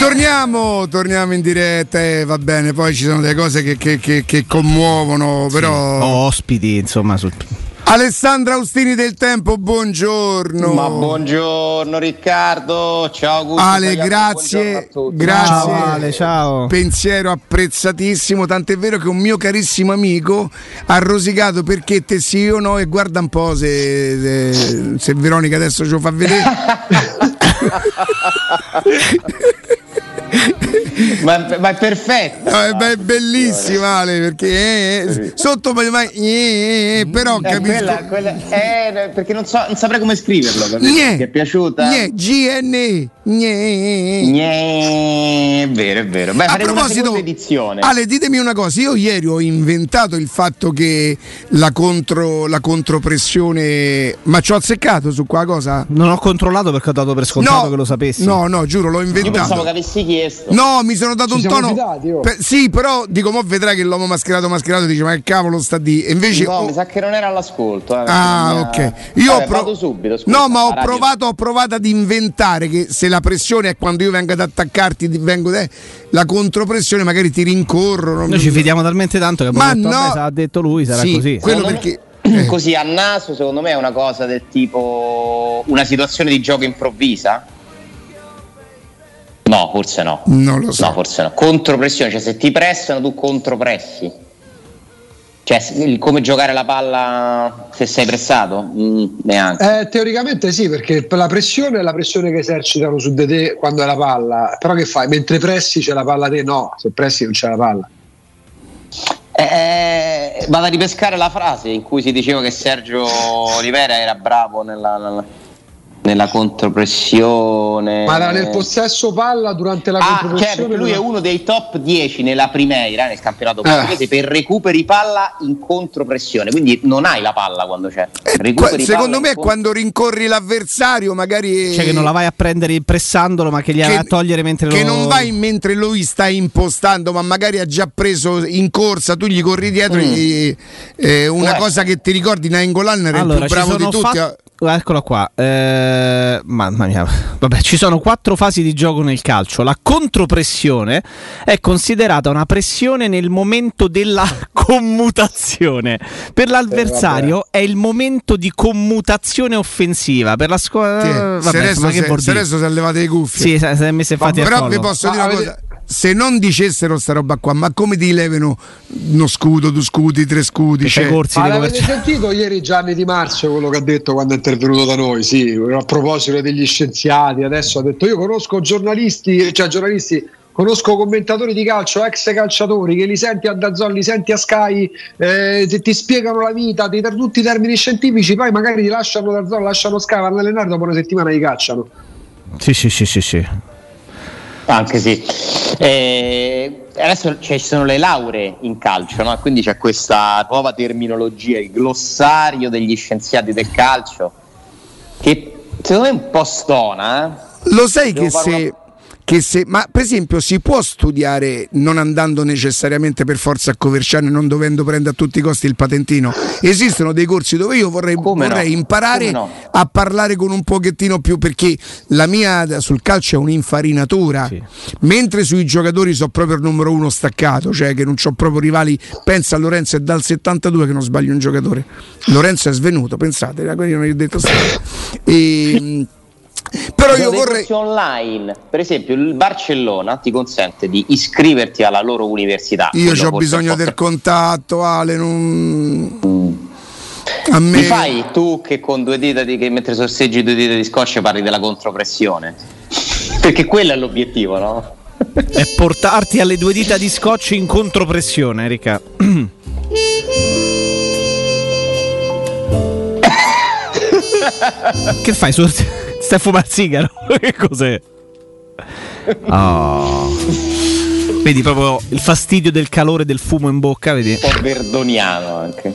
Torniamo in diretta e va bene, poi ci sono delle cose che commuovono, però ospiti, insomma, Alessandra Austini del Tempo, buongiorno. Ma buongiorno Riccardo, ciao Augusto. Ale, grazie. Ciao Ale, ciao. Pensiero apprezzatissimo, tant'è vero che un mio carissimo amico ha rosicato perché te sì o no, e guarda un po' se Veronica adesso ce lo fa vedere. ma è perfetto. No, è bellissima Ale, perché sotto però capisco perché non saprei come scriverlo, ti è piaciuta? GN è vero. Beh, a proposito, edizione. Ale, ditemi una cosa, io ieri ho inventato il fatto che la contropressione, ma ci ho azzeccato su qua cosa? Non ho controllato perché ho dato per scontato che lo sapessi. No, giuro, l'ho inventato. Io pensavo che avessi chiesto. No, mi sono dato un tono. Sì, però dico, mo vedrai che l'uomo mascherato dice ma che cavolo sta di. E invece mi sa che non era all'ascolto. Ok. Io vado subito. Scusa, no, ma ho provato ad inventare che se la pressione è quando io vengo ad attaccarti, la contropressione magari ti rincorrono. Noi ci fidiamo talmente tanto che ha detto lui, sarà così. Quello perché così a naso, secondo me è una cosa del tipo una situazione di gioco improvvisa. No, forse no. Non lo so. No, forse no. Contropressione, cioè se ti pressano tu contropressi. Cioè come giocare la palla se sei pressato? Neanche. Teoricamente sì, perché la pressione è la pressione che esercitano su di te quando è la palla. Però che fai? Mentre pressi c'è la palla te? No, se pressi non c'è la palla. Vado a ripescare la frase in cui si diceva che Sergio Olivera era bravo nella contropressione. Ma era nel possesso palla durante la contropressione? Perché lui è uno dei top 10 nella Primera, nel campionato portoghese, per recuperi palla in contropressione, quindi non hai la palla quando c'è. Secondo me è quando rincorri l'avversario, magari, cioè che non la vai a prendere pressandolo, ma che gli vai a togliere mentre non vai mentre lui sta impostando, ma magari ha già preso in corsa, tu gli corri dietro. Una cosa che ti ricordi, Nainggolan era il più bravo di tutti. Eccola qua, mamma mia. Vabbè, ci sono 4 fasi di gioco nel calcio. La contropressione è considerata una pressione nel momento della commutazione. Per l'avversario è il momento di commutazione offensiva. Per la squadra, adesso si è levate le cuffie. Sì, si è messo infatti. Però vi posso dire una cosa. Se non dicessero sta roba qua, ma come ti levano uno scudo, 2 scudi, 3 scudi? Ma l'avete sentito ieri Gianni Di Marzio quello che ha detto quando è intervenuto da noi? Sì, a proposito degli scienziati, adesso ha detto io conosco giornalisti, conosco commentatori di calcio, ex calciatori che li senti a DAZN, li senti a Sky, ti spiegano la vita, tutti i termini scientifici, poi magari ti lasciano DAZN, lasciano Sky, vanno a allenare, dopo una settimana li cacciano. Sì. Anche sì. Adesso ci sono le lauree in calcio, no? Quindi c'è questa nuova terminologia, il glossario degli scienziati del calcio, che secondo me è un po' stona. Lo sai ma per esempio si può studiare non andando necessariamente per forza a Coverciano e non dovendo prendere a tutti i costi il patentino? Esistono dei corsi dove io vorrei imparare a parlare con un pochettino più, perché la mia sul calcio è un'infarinatura, mentre sui giocatori so proprio il numero 1 staccato, cioè che non c'ho proprio rivali. Pensa a Lorenzo, è dal 72 che non sbaglio un giocatore. Lorenzo è svenuto, pensate, io non gli ho detto però io vorrei online, per esempio il Barcellona ti consente di iscriverti alla loro università. Io ho bisogno del contatto, Ale, a me. Mi fai tu che con 2 dita che mentre sorseggi 2 dita di scotch parli della contropressione? Perché quello è l'obiettivo, no? È portarti alle 2 dita di scotch in contropressione, Erika. Che fai? Stai a fumare il sigaro? Che cos'è? Vedi proprio il fastidio del calore del fumo in bocca, vedi? Un po' verdoniano anche.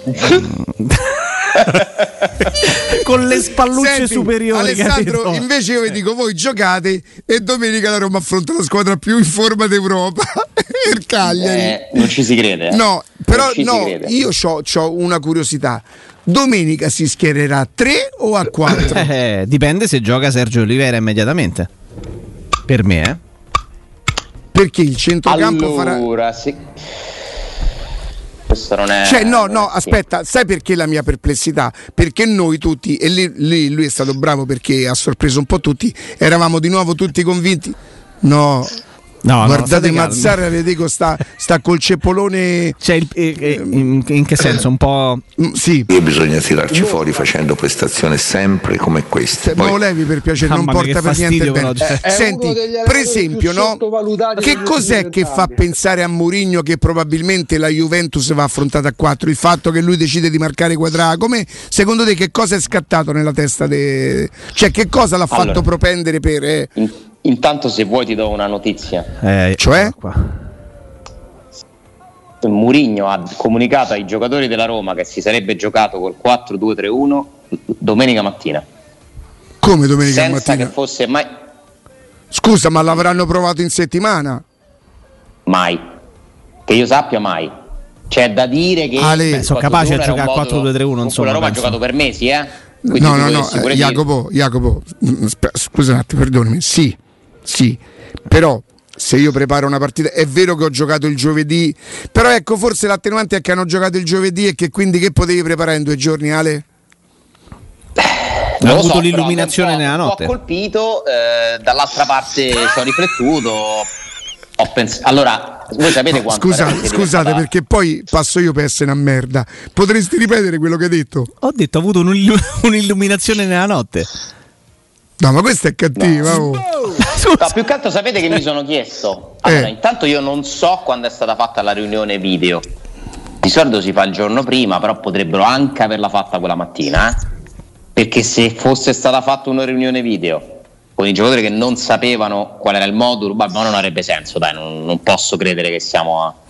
Con le spallucce superiori. Alessandro, invece io vi dico, voi giocate e domenica la Roma affronta la squadra più in forma d'Europa, il Cagliari. Non ci si crede. No, però io c'ho una curiosità. Domenica si schiererà a 3 o a 4? Dipende se gioca Sergio Olivera immediatamente. Per me, perché il centrocampo farà... Sì. Questo non è... Cioè no, aspetta, sai perché la mia perplessità? Perché noi tutti, e lì lui è stato bravo perché ha sorpreso un po' tutti, eravamo di nuovo tutti convinti. No, guardate Mazzarri, le dico, sta col ceppolone. Cioè, in che senso? Un po'. Sì. E bisogna tirarci fuori facendo prestazioni sempre come queste. Poi, levi per piacere, non porta per niente bene. Senti, per esempio, no? Che cos'è che fa pensare a Mourinho che probabilmente la Juventus va affrontata a 4? Il fatto che lui decide di marcare Quadrato. Come secondo te che cosa è scattato nella testa? Cioè, che cosa l'ha fatto propendere per. Intanto, se vuoi, ti do una notizia. Cioè? Mourinho ha comunicato ai giocatori della Roma che si sarebbe giocato col 4-2-3-1 domenica mattina. Come domenica mattina? Senza che fosse mai. Scusa, ma l'avranno provato in settimana? Mai. Che io sappia, mai. C'è da dire che sono capace a giocare a 4-2-3-1. Insomma, la Roma ha giocato per mesi, No, Jacopo, scusa un attimo, perdonami. Sì, però se io preparo una partita, è vero che ho giocato il giovedì, però ecco, forse l'attenuante è che hanno giocato il giovedì e che quindi che potevi preparare in 2 giorni, Ale? Ha avuto l'illuminazione nella notte. Ho colpito, dall'altra parte ci ho riflettuto. Allora, voi sapete quanto scusate perché poi passo io per essere una merda. Potresti ripetere quello che hai detto? Ho detto, ho avuto un'illuminazione nella notte. No, ma questa è cattiva. No, più che altro sapete che mi sono chiesto. Allora, intanto io non so quando è stata fatta la riunione video. Di solito si fa il giorno prima, però potrebbero anche averla fatta quella mattina, perché se fosse stata fatta una riunione video con i giocatori che non sapevano qual era il modulo, ma non avrebbe senso, dai, non posso credere che siamo a...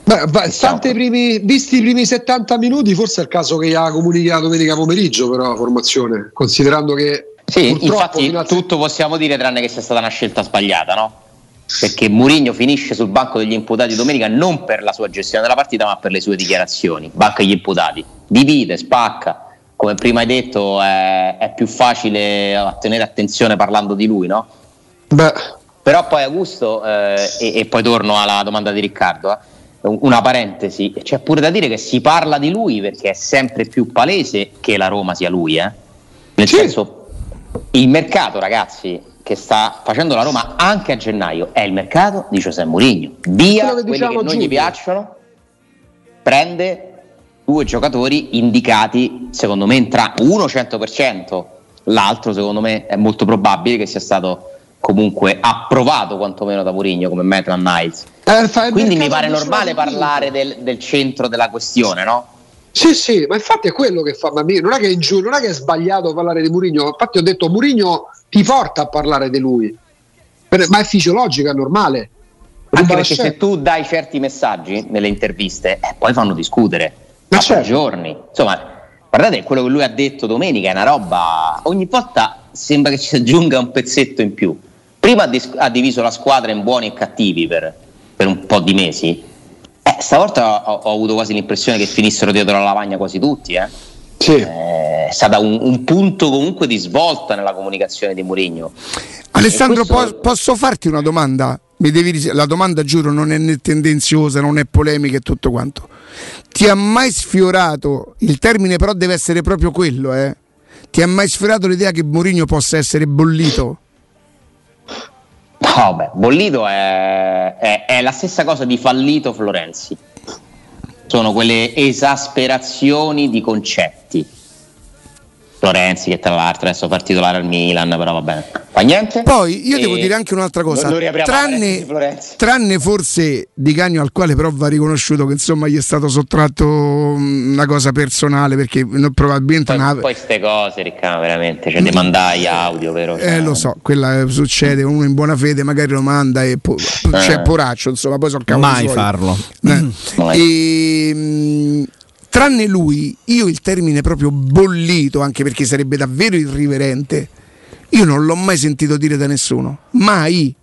visti i primi 70 minuti, forse è il caso che ha comunicato domenica pomeriggio, però la formazione, considerando che sì, infatti tutto possiamo dire tranne che sia stata una scelta sbagliata, no? Perché Mourinho finisce sul banco degli imputati domenica non per la sua gestione della partita, ma per le sue dichiarazioni. Banco degli imputati, divide, spacca. Come prima hai detto, è più facile tenere attenzione parlando di lui, no? Però poi Augusto, e poi torno alla domanda di Riccardo, una parentesi, c'è pure da dire che si parla di lui perché è sempre più palese che la Roma sia lui, nel senso, il mercato, ragazzi, che sta facendo la Roma anche a gennaio è il mercato di José Mourinho. Via quelli che non gli piacciono, prende 2 giocatori indicati, secondo me, uno 100%, l'altro secondo me è molto probabile che sia stato comunque approvato quantomeno da Mourinho come Maitland-Niles. Quindi mi pare normale parlare del centro della questione, no? Sì, ma infatti è quello che fa. Ma non è che è sbagliato parlare di Mourinho. Infatti ho detto Mourinho ti porta a parlare di lui, ma è fisiologico, è normale. Anche perché se tu dai certi messaggi nelle interviste, poi fanno discutere giorni. Insomma, guardate, quello che lui ha detto domenica è una roba. Ogni volta sembra che ci si aggiunga un pezzetto in più. Prima ha diviso la squadra in buoni e cattivi per un po' di mesi. Stavolta ho avuto quasi l'impressione che finissero dietro la lavagna quasi tutti. Sì. È stata un punto comunque di svolta nella comunicazione di Mourinho. Alessandro, posso farti una domanda? La domanda, giuro, non è né tendenziosa, non è polemica e tutto quanto. Ti ha mai sfiorato, il termine però deve essere proprio quello, ti ha mai sfiorato l'idea che Mourinho possa essere bollito? No, bollito è la stessa cosa di fallito Florenzi. Sono quelle esasperazioni di concetti. Florenzi, che tra l'altro adesso fa titolare al Milan, però va bene, fa niente. Poi io devo dire anche un'altra cosa, tranne forse Di Canio, al quale però va riconosciuto che insomma gli è stato sottratto una cosa personale, perché probabilmente poi ste cose, Riccardo, veramente, cioè ne mandai audio, vero? Lo so, quella succede, uno in buona fede magari lo manda e c'è poraccio, insomma, poi sono cavoli mai suoi. Farlo. Tranne lui, io il termine proprio bollito, anche perché sarebbe davvero irriverente, io non l'ho mai sentito dire da nessuno, mai.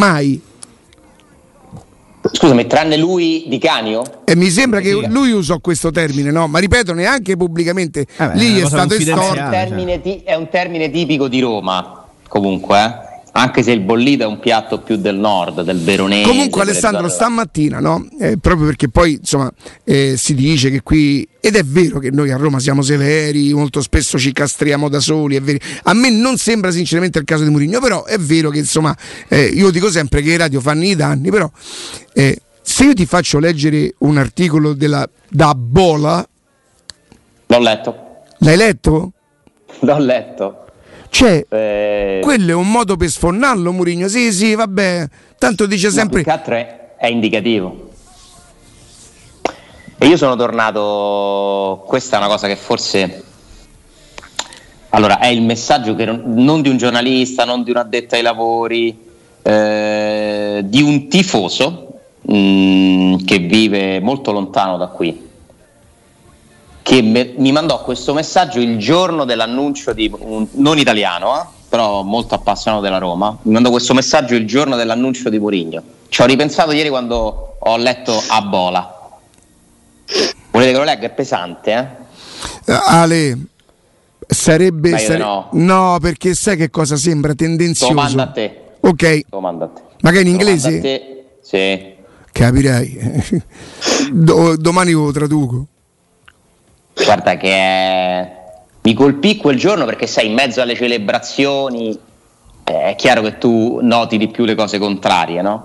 Scusami, tranne lui, Di Canio? E mi sembra che lui usò questo termine, no? Ma ripeto, neanche pubblicamente. Lì è stato estorto. È un termine tipico di Roma, comunque. Anche se il bollito è un piatto più del nord, del veronese. Comunque Alessandro, stamattina, no? Proprio perché poi insomma si dice che qui, ed è vero che noi a Roma siamo severi, molto spesso ci castriamo da soli, è vero. A me non sembra sinceramente il caso di Mourinho, però è vero che insomma io dico sempre che i radio fanno i danni, però se io ti faccio leggere un articolo da Bola, l'ho letto. L'hai letto? L'ho letto. Cioè, quello è un modo per sfornarlo Mourinho. Sì, vabbè, tanto dice sempre. No, è indicativo. E io sono tornato. Questa è una cosa che forse. Allora, è il messaggio che non di un giornalista, non di un addetto ai lavori, di un tifoso che vive molto lontano da qui, che mi mandò questo messaggio il giorno dell'annuncio di non italiano, però molto appassionato della Roma. Mi mandò questo messaggio il giorno dell'annuncio di Mourinho. Ci ho ripensato ieri quando ho letto a Bola. Volete che lo legga? È pesante, Ale, sarebbe no, perché sai che cosa sembra tendenzioso. Domanda a te. Ok. Domanda a te. Magari in inglese? A te. Sì. Capirai. Domani lo traduco. Guarda che mi colpì quel giorno perché sai, in mezzo alle celebrazioni è chiaro che tu noti di più le cose contrarie, no?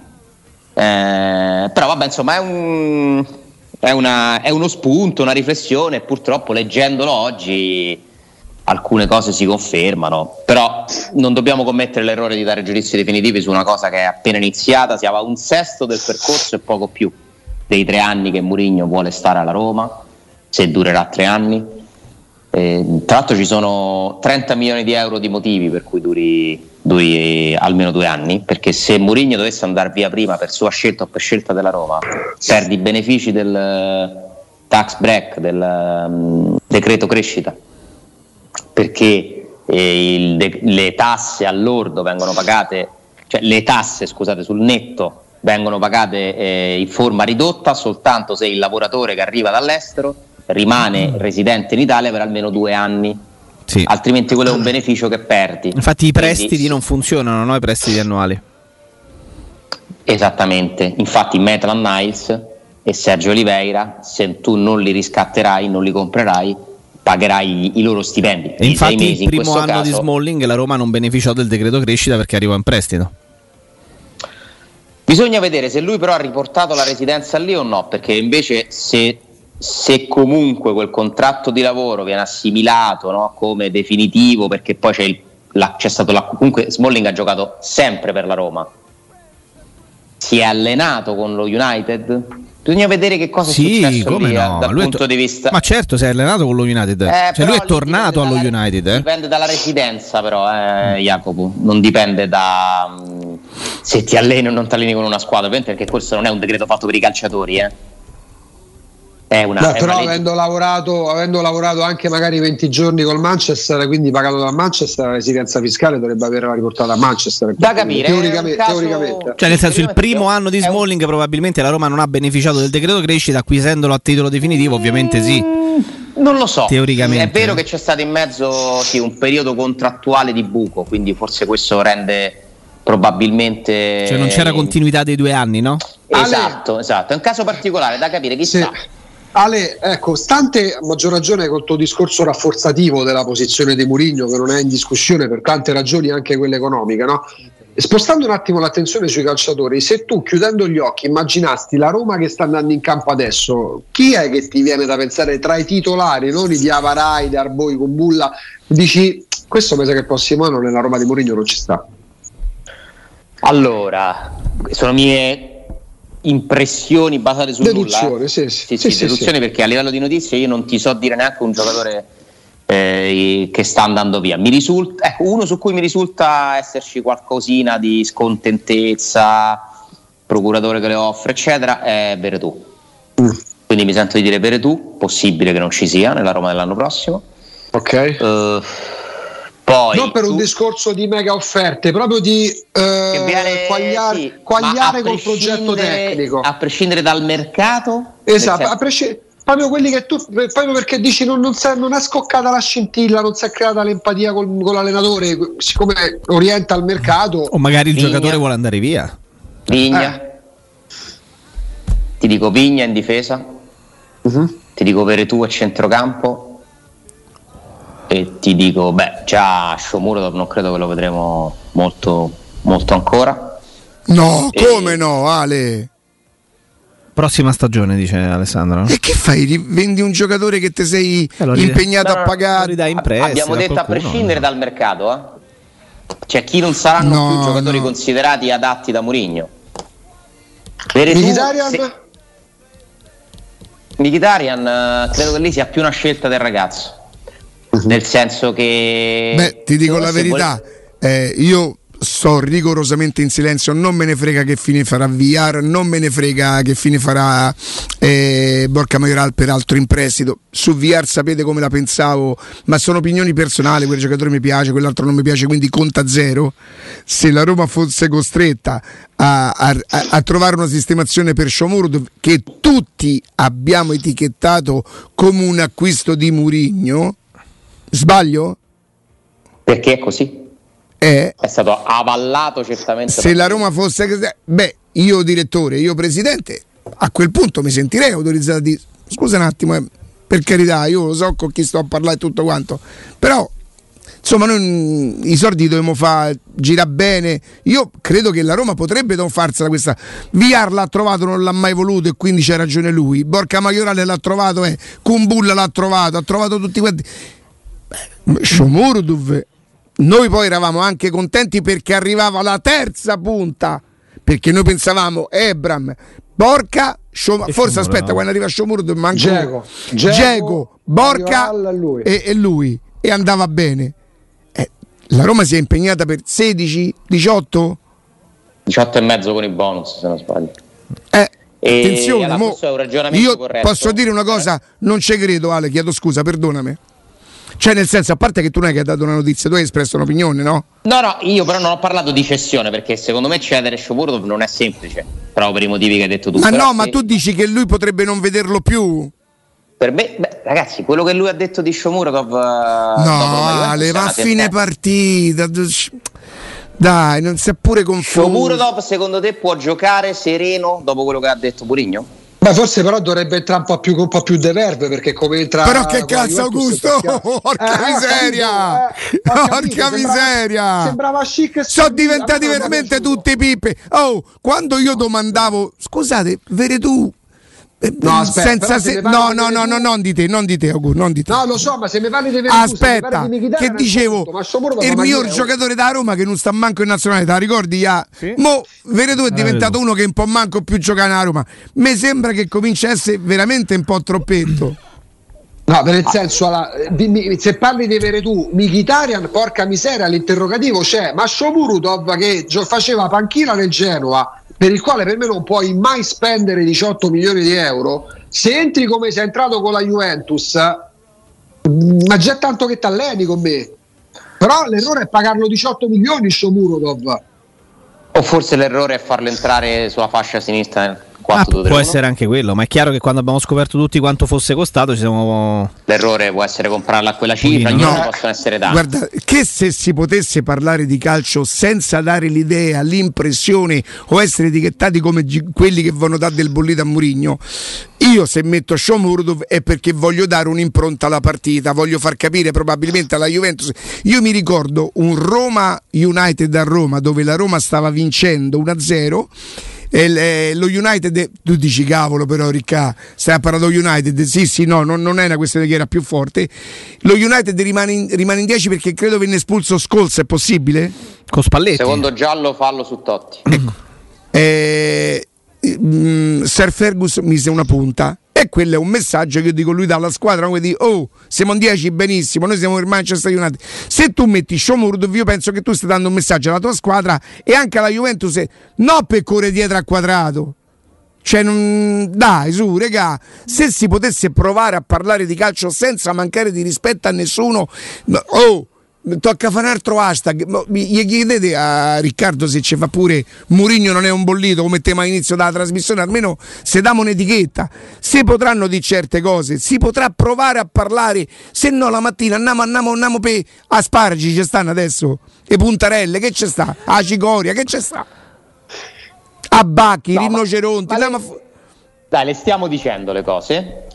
Però vabbè, insomma è uno spunto, una riflessione, e purtroppo leggendolo oggi alcune cose si confermano, però non dobbiamo commettere l'errore di dare giudizi definitivi su una cosa che è appena iniziata. Siamo a un sesto del percorso e poco più dei 3 anni che Mourinho vuole stare alla Roma, se durerà 3 anni. Tra l'altro ci sono 30 milioni di euro di motivi per cui duri almeno 2 anni, perché se Mourinho dovesse andare via prima per sua scelta o per scelta della Roma, perdi i benefici del tax break, del decreto crescita, perché le tasse all'ordo vengono pagate, cioè le tasse, scusate, sul netto vengono pagate in forma ridotta soltanto se il lavoratore che arriva dall'estero rimane residente in Italia per almeno 2 anni. Sì. Altrimenti quello è un beneficio che perdi. Infatti i prestiti non funzionano, no? I prestiti annuali. Esattamente, infatti Maitland Niles e Sergio Oliveira, se tu non li riscatterai, non li comprerai, pagherai i loro stipendi. E infatti 6 mesi, il primo anno caso, di Smalling la Roma non beneficiò del decreto crescita perché arrivò in prestito. Bisogna vedere se lui però ha riportato la residenza lì o no, perché invece se comunque quel contratto di lavoro viene assimilato, no, come definitivo, perché poi c'è stato comunque Smalling ha giocato sempre per la Roma, si è allenato con lo United, bisogna vedere che cosa è successo come lì, no. dal punto di vista. Ma certo, si è allenato con lo United, cioè lui è tornato allo United. Dipende dalla residenza però, Jacopo, non dipende da se ti alleni o non ti alleni con una squadra, ovviamente, perché questo non è un decreto fatto per i calciatori, però avendo lavorato anche magari 20 giorni col Manchester, quindi pagato dal Manchester, la residenza fiscale dovrebbe averla riportata a Manchester, da capire, teoricamente. Cioè nel senso, il primo anno di Smalling probabilmente la Roma non ha beneficiato del decreto crescita, acquisendolo a titolo definitivo ovviamente sì. Non lo so, teoricamente è vero che c'è stato in mezzo un periodo contrattuale di buco, quindi forse questo rende probabilmente, cioè non c'era continuità dei 2 anni, no? Esatto, è un caso particolare da capire, chissà. Sì. Ale, ecco, stante a maggior ragione col tuo discorso rafforzativo della posizione di Mourinho, che non è in discussione per tante ragioni, anche quelle economiche, no? Spostando un attimo l'attenzione sui calciatori, se tu chiudendo gli occhi immaginasti la Roma che sta andando in campo adesso, chi è che ti viene da pensare tra i titolari, non i di Avarai, di Arboi, Kumbulla, dici questo mi sa che il prossimo anno nella Roma di Mourinho non ci sta? Allora, sono mie impressioni basate su deduzione, deduzioni, perché a livello di notizie io non ti so dire neanche un giocatore che sta andando via. Mi risulta, uno su cui mi risulta esserci qualcosina di scontentezza, procuratore che le offre eccetera, è Veretout. Quindi mi sento di dire Veretout, possibile che non ci sia nella Roma dell'anno prossimo. Ok. Poi, non per un discorso di mega offerte, proprio di quagliare col progetto tecnico, a prescindere dal mercato. Esatto, proprio quelli che tu, proprio perché dici non è scoccata la scintilla, non si è creata l'empatia con l'allenatore, siccome orienta il mercato. O magari il giocatore vuole andare via. Vigna. Ti dico Vigna in difesa. Ti dico Veretù a centrocampo. E ti dico, già Shomurodov non credo che lo vedremo molto, molto ancora. No, come no, Ale? Prossima stagione, dice Alessandro. E che fai? Vendi un giocatore che ti sei impegnato a pagare? Abbiamo detto a prescindere dal mercato, Cioè chi non saranno più giocatori considerati adatti da Mourinho. Mkhitaryan credo che lì sia più una scelta del ragazzo, nel senso che ti dico la verità, io sto rigorosamente in silenzio, non me ne frega che fine farà Villar, non me ne frega che fine farà Borca Majoral, peraltro in prestito. Su Villar sapete come la pensavo, ma sono opinioni personali, quel giocatore mi piace, quell'altro non mi piace, quindi conta zero. Se la Roma fosse costretta a trovare una sistemazione per Shomurodov, che tutti abbiamo etichettato come un acquisto di Mourinho, sbaglio? Perché è così? È stato avallato certamente. Se la Roma fosse, io direttore, io presidente, a quel punto mi sentirei autorizzato a dire: scusa un attimo, per carità, io lo so con chi sto a parlare e tutto quanto, però insomma noi i soldi dobbiamo fare girare bene. Io credo che la Roma potrebbe non farsela questa. Villar l'ha trovato, non l'ha mai voluto e quindi c'ha ragione lui. Borca Majoral l'ha trovato, Kumbulla l'ha trovato, ha trovato tutti quanti. Shomurodov, noi poi eravamo anche contenti perché arrivava la terza punta, perché noi pensavamo Ebram, Borca, forse aspetta, quando arriva Shomurodov manco Dzeko, Borca e lui, e andava bene. La Roma si è impegnata per 16, 18 e mezzo con i bonus, se non sbaglio. Attenzione, io corretto. Posso dire una cosa, non ci credo, Ale, chiedo scusa, perdonami. Cioè, nel senso, a parte che tu non hai dato una notizia, tu hai espresso un'opinione, no? No, io però non ho parlato di cessione, perché secondo me cedere Shomurodov non è semplice, proprio per i motivi che hai detto tu. Ma tu dici che lui potrebbe non vederlo più? Per me, ragazzi, quello che lui ha detto di Shomurodov, Ale, va a fine partita. Dai, non si è pure confuso. Shomurodov secondo te può giocare sereno dopo quello che ha detto Mourinho? Forse però dovrebbe entrare un po' più de verve, perché come entra. Però che cazzo, Augusto? Porca miseria! Porca miseria! Sembrava chic. Sono diventati veramente tutti pippe. Quando io domandavo, scusate, Veretù. No, aspetta, non di te, Augusto, non di te. No, lo so, ma se mi parli di Veretù, aspetta, che dicevo, il miglior giocatore da Roma che non sta manco in nazionale, te la ricordi? Sì. Mo Veretù è diventato uno che un po' manco più gioca a Roma. Mi sembra che comincia a essere veramente un po' troppetto. No, per il senso, se parli di Veretù, Mkhitaryan, porca miseria, l'interrogativo c'è, ma Shomurodov che faceva panchina nel Genoa, per il quale per me non puoi mai spendere 18 milioni di euro, se entri come sei entrato con la Juventus, ma già tanto che t'alleni con me. Però l'errore è pagarlo 18 milioni Shomurodov. O forse l'errore è farlo entrare sulla fascia sinistra. Può essere anche quello, ma è chiaro che quando abbiamo scoperto tutti quanto fosse costato ci siamo. L'errore può essere comprarla a quella cifra, possono essere tanti. Guarda, che se si potesse parlare di calcio senza dare l'idea, l'impressione o essere etichettati come quelli che vanno dare del bollito a Mourinho, io se metto Shomurodov è perché voglio dare un'impronta alla partita, voglio far capire probabilmente alla Juventus. Io mi ricordo un Roma United a Roma dove la Roma stava vincendo 1-0 e lo United, tu dici cavolo, però Ricca stai a parlare dello United, sì no, non è una questione che era più forte. Lo United rimane in 10 perché credo venne espulso Scholes, è possibile? Con Spalletti, secondo giallo, fallo su Totti. Sir Ferguson mise una punta e quello è un messaggio che io dico, lui dà alla squadra, come dico, siamo in 10 benissimo, noi siamo per Manchester United. Se tu metti Shomurodov, io penso che tu stai dando un messaggio alla tua squadra e anche alla Juventus, no, per correre dietro al quadrato. Cioè, dai, su, regà, se si potesse provare a parlare di calcio senza mancare di rispetto a nessuno, tocca fare un altro hashtag. Gli chiedete a Riccardo se ci fa pure Mourinho non è un bollito, come te mai inizio della trasmissione, almeno se diamo un'etichetta. Si potranno di certe cose, si potrà provare a parlare, se no la mattina andiamo per asparagi, ci stanno adesso e puntarelle, che c'è sta? A cicoria, che c'è sta? A bacchi, rinoceronti, dai, le stiamo dicendo le cose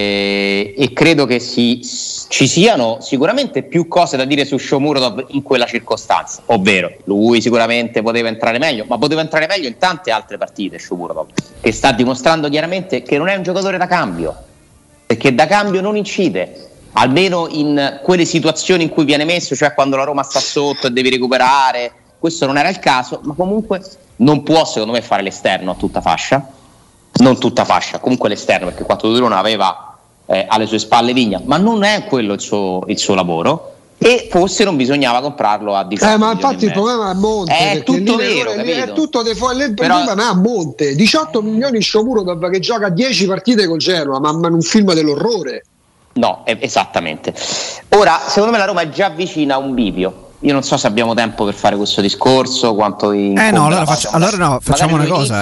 e credo che ci siano sicuramente più cose da dire su Shomurodov in quella circostanza, ovvero lui sicuramente poteva entrare meglio, ma poteva entrare meglio in tante altre partite Shomurodov, che sta dimostrando chiaramente che non è un giocatore da cambio, perché da cambio non incide, almeno in quelle situazioni in cui viene messo, cioè quando la Roma sta sotto e devi recuperare. Questo non era il caso, ma comunque non può secondo me fare l'esterno a tutta fascia. Non tutta fascia, comunque l'esterno, perché 4-2 non aveva alle sue spalle Vigna, ma non è quello il suo lavoro, e forse non bisognava comprarlo a 18 ma infatti il problema è a monte, è tutto vero, è tutto il problema è a monte. 18 milioni Shomurodov che gioca 10 partite col Genoa, ma in un film dell'orrore. No, esattamente. Ora, secondo me la Roma è già vicina a un bivio. Io non so se abbiamo tempo per fare questo discorso, quanto facciamo una cosa.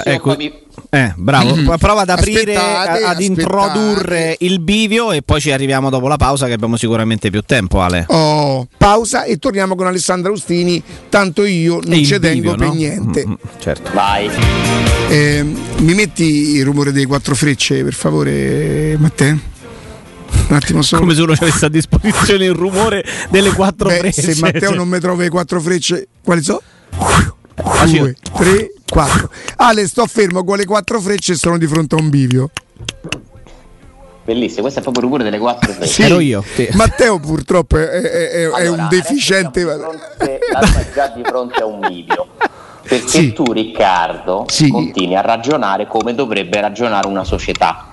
Bravo, prova ad aprire, ad introdurre il bivio e poi ci arriviamo dopo la pausa, che abbiamo sicuramente più tempo, Ale. Pausa e torniamo con Alessandro Austini, tanto io non ci tengo per niente. Certo. Vai. Mi metti il rumore dei 4 frecce, per favore, Matteo? Un attimo solo. Come se uno avesse a disposizione il rumore delle 4 frecce. Se Matteo non mi trova le 4 frecce, quali so? 2, 3, 4. Ale, sto fermo con le 4 frecce e sono di fronte a un bivio. Bellissimo, questo è proprio il rumore delle 4 frecce. Sì. Ero io. Sì. Matteo purtroppo è un deficiente. Già di fronte a un bivio. Perché tu, Riccardo, continui a ragionare come dovrebbe ragionare una società.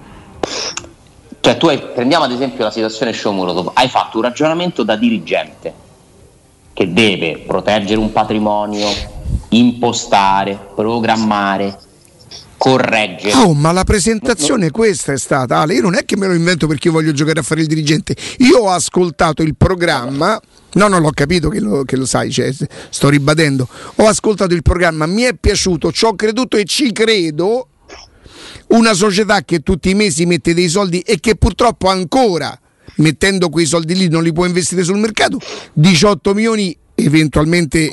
Cioè prendiamo ad esempio la situazione Shomurodov, hai fatto un ragionamento da dirigente che deve proteggere un patrimonio, impostare, programmare, correggere. Ma la presentazione questa è stata, Ale, io non è che me lo invento perché io voglio giocare a fare il dirigente, io ho ascoltato il programma, non l'ho capito che lo sai, cioè, sto ribadendo, ho ascoltato il programma, mi è piaciuto, ci ho creduto e ci credo. Una società che tutti i mesi mette dei soldi e che purtroppo ancora, mettendo quei soldi lì, non li può investire sul mercato. 18 milioni eventualmente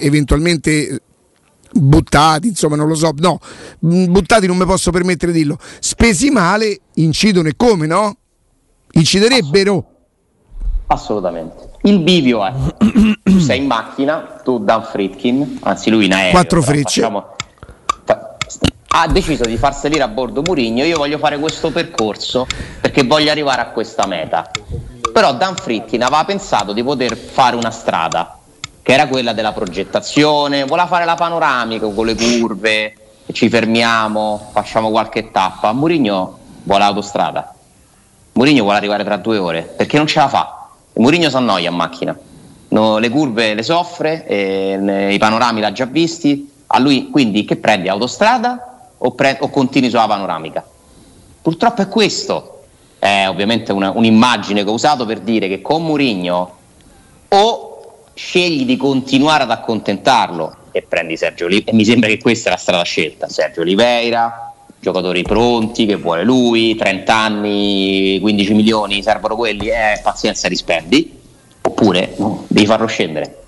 buttati, insomma, non lo so, no, buttati non mi posso permettere di dirlo. Spesi male, incidono, e come, no? Inciderebbero. Assolutamente. Il bivio è: tu sei in macchina, tu Dan Friedkin, anzi lui in aereo, 4 frecce. Ha deciso di far salire a bordo Mourinho. Io voglio fare questo percorso perché voglio arrivare a questa meta. Però Dan Friedkin aveva pensato di poter fare una strada che era quella della progettazione, voleva fare la panoramica con le curve, ci fermiamo, facciamo qualche tappa. Mourinho vuole l'autostrada, Mourinho vuole arrivare tra 2 ore perché non ce la fa. Mourinho si annoia in macchina, le curve le soffre, i panorami l'ha già visti. A lui quindi che prendi, autostrada o continui sulla panoramica? Purtroppo è questo. È ovviamente un'immagine che ho usato per dire che con Mourinho o scegli di continuare ad accontentarlo e prendi Sergio Oliveira, e mi sembra che questa è la strada scelta. Sergio Oliveira, giocatori pronti che vuole lui, 30 anni, 15 milioni, servono quelli, pazienza, rispendi, oppure devi farlo scendere.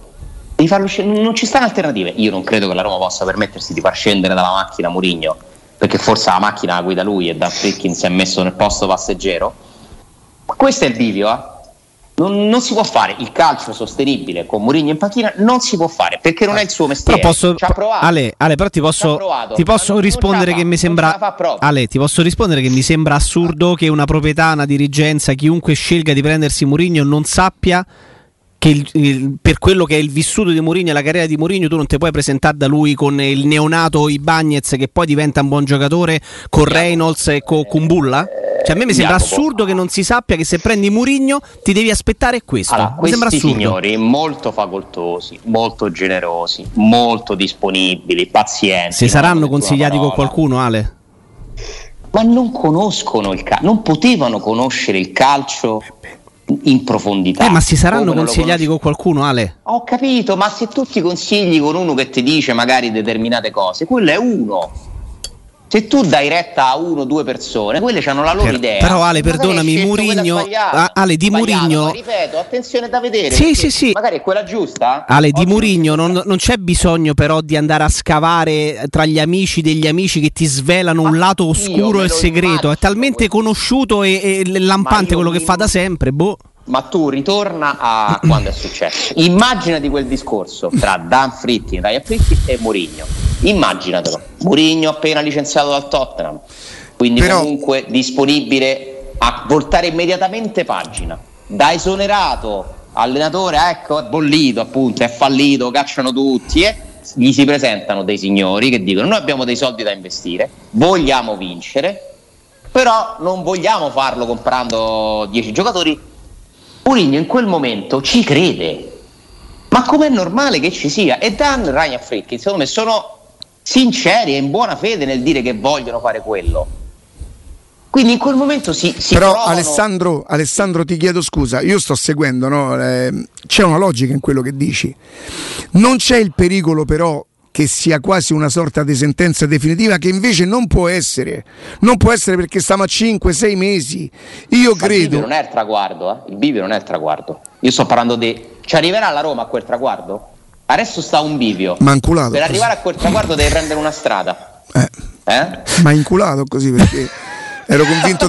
Non ci stanno alternative. Io non credo che la Roma possa permettersi di far scendere dalla macchina Mourinho, perché forse la macchina la guida lui e Dan Friedkin si è messo nel posto passeggero. Questo è il bivio, non si può fare il calcio sostenibile con Mourinho in panchina, non si può fare perché non è il suo mestiere. Però Ale, però ti posso rispondere che mi sembra Ale, ti posso rispondere che mi sembra assurdo che una proprietà, una dirigenza, chiunque scelga di prendersi Mourinho non sappia che per quello che è il vissuto di Mourinho e la carriera di Mourinho tu non ti puoi presentare da lui con il neonato Ibañez che poi diventa un buon giocatore, con Reynolds e con Kumbulla. Cioè a me mi sembra assurdo che non si sappia che se prendi Mourinho ti devi aspettare questo. Allora, mi sembra assurdo. Signori molto facoltosi, molto generosi, molto disponibili, pazienti. Se saranno consigliati con qualcuno, Ale? Ma non conoscono il calcio, non potevano conoscere il calcio in profondità. Ma si saranno consigliati con qualcuno, Ale? Ho capito, ma se tu ti consigli con uno che ti dice magari determinate cose, quello è uno. Se tu dai retta a 1 o 2 persone, quelle hanno la loro idea. Però Ale, perdonami, Mourinho, Ale di Mourinho, ma ripeto, attenzione da vedere. Sì. Magari è quella giusta. Ale, di Mourinho non c'è bisogno però di andare a scavare tra gli amici degli amici che ti svelano un lato oscuro e segreto. È talmente conosciuto e lampante quello che fa da sempre, Ma tu ritorna a quando è successo. Immaginati quel discorso tra Ryan Fritti e Mourinho. Immaginatelo. Mourinho appena licenziato dal Tottenham, quindi comunque disponibile a voltare immediatamente pagina. Da esonerato allenatore, ecco, è bollito appunto, è fallito, cacciano tutti gli si presentano dei signori che dicono: noi abbiamo dei soldi da investire, vogliamo vincere, però non vogliamo farlo comprando 10 giocatori. Mourinho in quel momento ci crede, ma com'è normale che ci sia? E Ryan Friedkin secondo me sono sinceri e in buona fede nel dire che vogliono fare quello, quindi in quel momento si però provano... Alessandro ti chiedo scusa, io sto seguendo, no? C'è una logica in quello che dici, non c'è il pericolo però che sia quasi una sorta di sentenza definitiva, che invece non può essere perché stiamo a 5-6 mesi. Io credo. Il bivio non è il traguardo, il bivio non è il traguardo. Io sto parlando di. Ci arriverà la Roma a quel traguardo? Adesso sta un bivio. Ma inculato. Per arrivare a quel traguardo deve prendere una strada. Ma inculato così perché. Ero convinto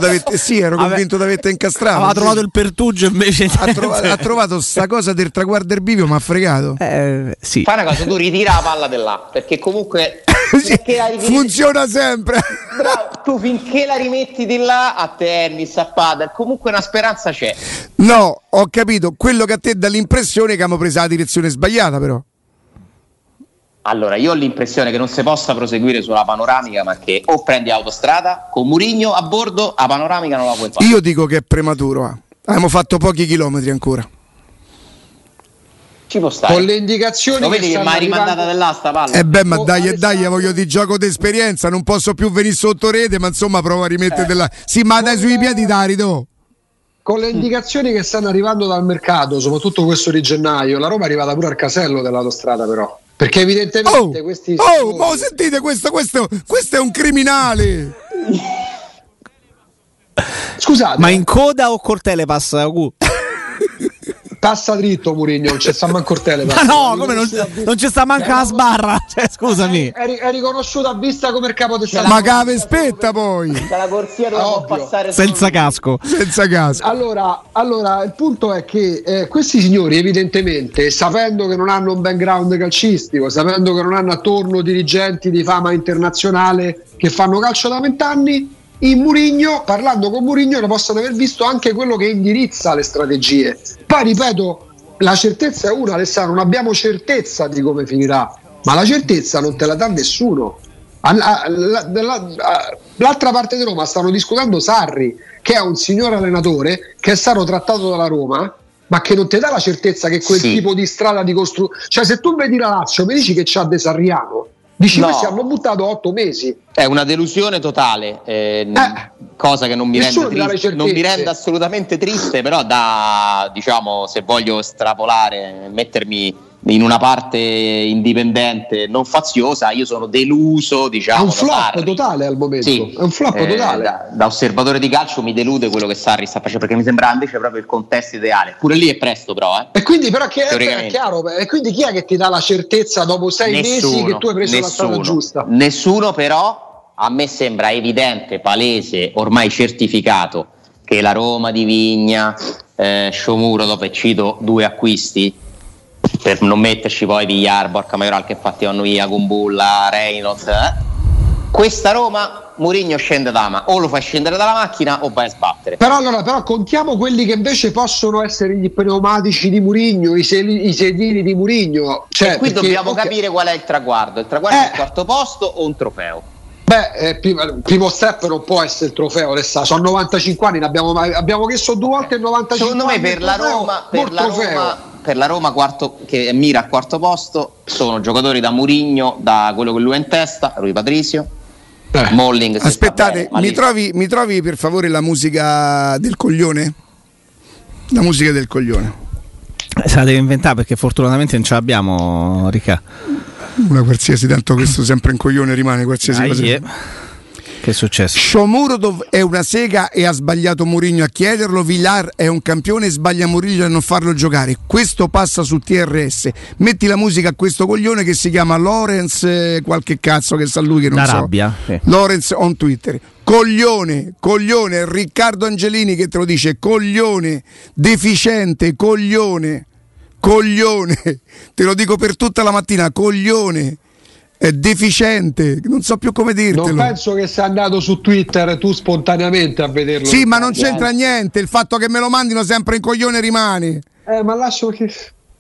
di averti incastrato. Aveva trovato il pertugio invece. Ha trovato sta cosa del traguardo del bivio, ma ha fregato. Sì. Fai una cosa, tu ritira la palla di là, perché comunque sì, funziona sempre. Bravo, tu finché la rimetti di là a tennis, a padel, comunque una speranza c'è. No, ho capito, quello che a te dà l'impressione che abbiamo preso la direzione sbagliata, però. Allora, io ho l'impressione che non si possa proseguire sulla panoramica, ma che o prendi autostrada con Mourinho a bordo, a panoramica non la puoi fare. Io dico che è prematuro. Abbiamo fatto pochi chilometri ancora. Ci può stare. Con le indicazioni. Lo vedi che mi hai rimandata dell'asta palla? Ma dai, voglio di gioco d'esperienza, non posso più venire sotto rete, ma insomma provo a rimettere della. Sì, ma dai sui piedi Darido. Con le indicazioni che stanno arrivando dal mercato, soprattutto questo di gennaio, la Roma è arrivata pure al casello dell'autostrada, però. Perché evidentemente questi. Ma sentite, questo è un criminale. Scusate. Ma in coda o col telepass? Passa dritto Mourinho, non c'è sta manco il telepass. Ma no, come non c'è sta manca la sbarra? Cioè, scusami. È riconosciuto a vista come il capo del San. Ma cave spetta poi. C'è la corsia dove può passare senza casco. Allora, il punto è che questi signori evidentemente, sapendo che non hanno un background calcistico, sapendo che non hanno attorno dirigenti di fama internazionale che fanno calcio da 20 anni, parlando con Mourinho ne possono aver visto anche quello che indirizza le strategie. Poi ripeto, la certezza è una, Alessandro, non abbiamo certezza di come finirà, ma la certezza non te la dà nessuno. L'altra parte di Roma stanno discutendo Sarri, che è un signor allenatore che è stato trattato dalla Roma, ma che non ti dà la certezza che quel tipo di strada di costruzione, cioè se tu vedi la Lazio mi dici che c'ha De Sarriano, dici no, questi hanno buttato 8 mesi. È una delusione totale, cosa che non mi rende assolutamente triste, però diciamo, se voglio estrapolare, mettermi in una parte indipendente non faziosa, io sono deluso, diciamo. È un flop totale al momento. Sì, è un flop totale. Da osservatore di calcio mi delude quello che Sarri sta facendo, perché mi sembra invece proprio il contesto ideale. Pure lì è presto, però. E quindi, però, è chiaro. E quindi chi è che ti dà la certezza dopo 6 mesi che tu hai preso la strada giusta? Nessuno, però a me sembra evidente, palese, ormai certificato che la Roma di Vigna, Sciomuro, dove cito 2 acquisti, per non metterci poi Villar, Borca Majoral che infatti vanno via, Kumbulla, Reynolds, questa Roma Mourinho scende o lo fa scendere dalla macchina o vai a sbattere. Però contiamo quelli che invece possono essere gli pneumatici di Mourinho, i sedili di Mourinho, e qui dobbiamo capire qual è il traguardo. Il traguardo è il quarto posto o un trofeo? Il primo step non può essere il trofeo, sono 95 anni, abbiamo chiesto 2 volte il 95. Secondo me per la Roma quarto, che mira al quarto posto, sono giocatori da Mourinho, da quello che lui ha in testa, Rui Patricio, Molling. Aspettate, mi trovi per favore la musica del coglione? La musica del coglione. Se la deve inventare perché fortunatamente non ce l'abbiamo, Ricca. Una qualsiasi, tanto questo sempre un coglione rimane qualsiasi cosa. Che è successo? Shomurodov è una sega e ha sbagliato Mourinho a chiederlo. Villar è un campione e sbaglia Mourinho a non farlo giocare. Questo passa su TRS. Metti la musica a questo coglione che si chiama Lorenz qualche cazzo che sa lui che non D'Arabia, so. Lorenz on Twitter. Coglione, Riccardo Angelini che te lo dice, coglione, deficiente, coglione, te lo dico per tutta la mattina, coglione. È deficiente, non so più come dirtelo. Non penso che sia andato su Twitter tu spontaneamente a vederlo. Sì, ma non c'entra niente, il fatto che me lo mandino sempre in coglione rimane. Ma lascio che...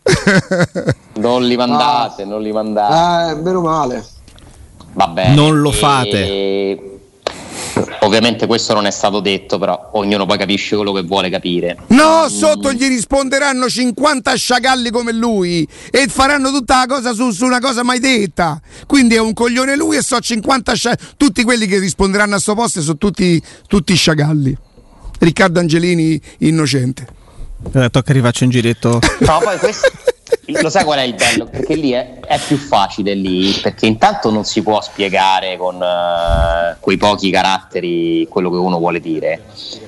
Non li mandate. Meno male. Vabbè. Non lo fate. Ovviamente questo non è stato detto, però ognuno poi capisce quello che vuole capire. No, sotto gli risponderanno 50 sciagalli come lui e faranno tutta la cosa su una cosa mai detta. Quindi è un coglione lui e so 50 sciagalli. Tutti quelli che risponderanno a sto posto sono tutti sciagalli. Riccardo Angelini innocente. Tocca rifaccio un giretto. No, poi questo lo sai qual è il bello? Perché lì è più facile lì, perché intanto non si può spiegare con quei pochi caratteri quello che uno vuole dire.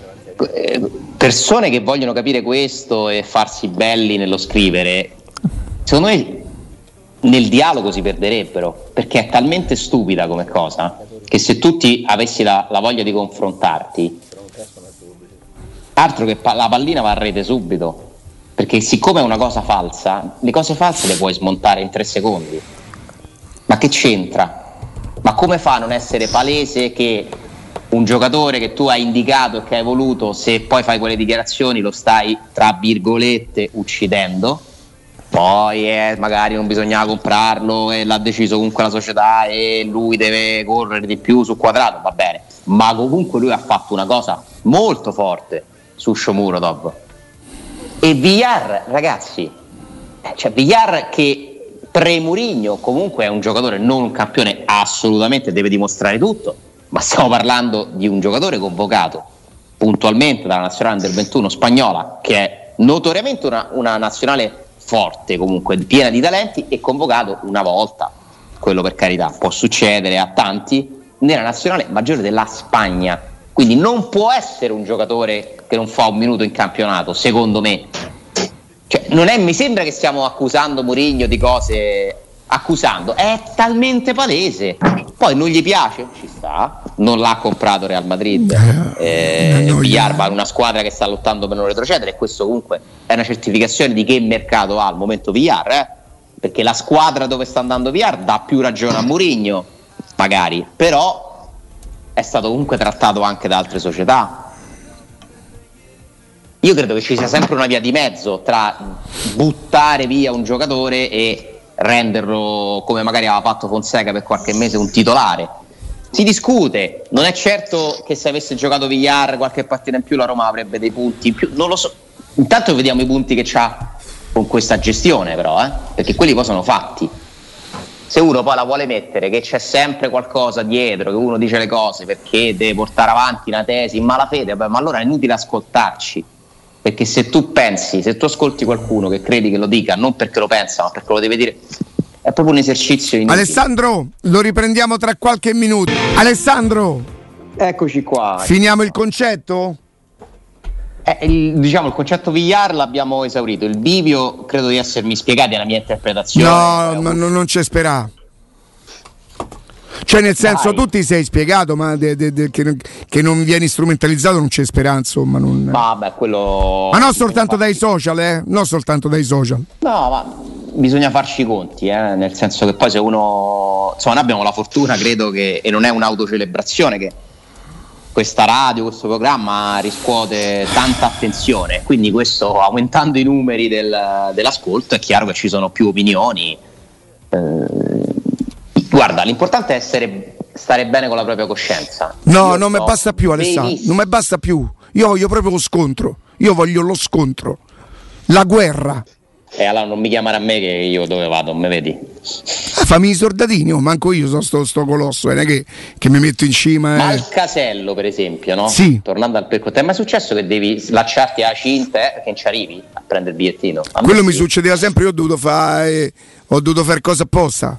Persone che vogliono capire questo e farsi belli nello scrivere, secondo me nel dialogo si perderebbero, perché è talmente stupida come cosa che se tutti avessi la voglia di confrontarti, altro che la pallina va a rete subito. Perché siccome è una cosa falsa, le cose false le puoi smontare in 3 secondi. Ma che c'entra? Ma come fa a non essere palese che un giocatore che tu hai indicato e che hai voluto, se poi fai quelle dichiarazioni lo stai, tra virgolette, uccidendo? Poi magari non bisognava comprarlo e l'ha deciso comunque la società e lui deve correre di più su Quadrato, va bene. Ma comunque lui ha fatto una cosa molto forte su Shomurodov. E Villar, ragazzi, Villar che pre-Mourinho comunque è un giocatore, non un campione, assolutamente deve dimostrare tutto, ma stiamo parlando di un giocatore convocato puntualmente dalla nazionale under 21 spagnola, che è notoriamente una nazionale forte comunque, piena di talenti, e convocato una volta, quello per carità, può succedere a tanti, nella nazionale maggiore della Spagna. Quindi non può essere un giocatore che non fa un minuto in campionato, secondo me. Cioè, mi sembra che stiamo accusando Mourinho di cose. È talmente palese. Poi non gli piace, ci sta. Non l'ha comprato Real Madrid. Villar va in una squadra che sta lottando per non retrocedere, e questo comunque è una certificazione di che mercato ha al momento Villar. Perché la squadra dove sta andando Villar dà più ragione a Mourinho, magari, però è stato comunque trattato anche da altre società. Io credo che ci sia sempre una via di mezzo tra buttare via un giocatore e renderlo, come magari aveva fatto Fonseca per qualche mese, un titolare. Si discute, non è certo che se avesse giocato Villar qualche partita in più la Roma avrebbe dei punti in più, non lo so. Intanto vediamo i punti che c'ha con questa gestione, però, perché quelli poi sono fatti. Se uno poi la vuole mettere che c'è sempre qualcosa dietro, che uno dice le cose perché deve portare avanti una tesi in malafede, ma allora è inutile ascoltarci, perché se tu ascolti qualcuno che credi che lo dica non perché lo pensa ma perché lo deve dire, è proprio un esercizio inutile. Alessandro, lo riprendiamo tra qualche minuto. Alessandro, eccoci qua. Finiamo il concetto? Il concetto Villar l'abbiamo esaurito. Il bivio credo di essermi spiegati, è la mia interpretazione. No, ma non c'è speranza. Cioè, nel senso, tu ti sei spiegato, ma che non vieni strumentalizzato non c'è speranza, insomma. Vabbè, quello. Ma non soltanto dai social, non soltanto dai social. No, ma bisogna farci i conti, nel senso che poi se uno. Insomma, noi abbiamo la fortuna, credo che, e non è un'autocelebrazione, che questa radio, questo programma riscuote tanta attenzione, quindi questo, aumentando i numeri dell'ascolto, è chiaro che ci sono più opinioni. Guarda, l'importante è stare bene con la propria coscienza. No, non mi basta più, Alessandro, non mi basta più. Io voglio proprio lo scontro, io voglio lo scontro, la guerra. allora non mi chiamare a me che io dove vado, me vedi? Fammi i soldatini, manco io sono sto colosso, non è che mi metto in cima. Ma al casello, per esempio, no? Sì. Tornando al percorso, è mai successo che devi slacciarti la cinta che non ci arrivi a prendere il bigliettino? Quello mi succedeva sempre, io ho dovuto fare cosa apposta.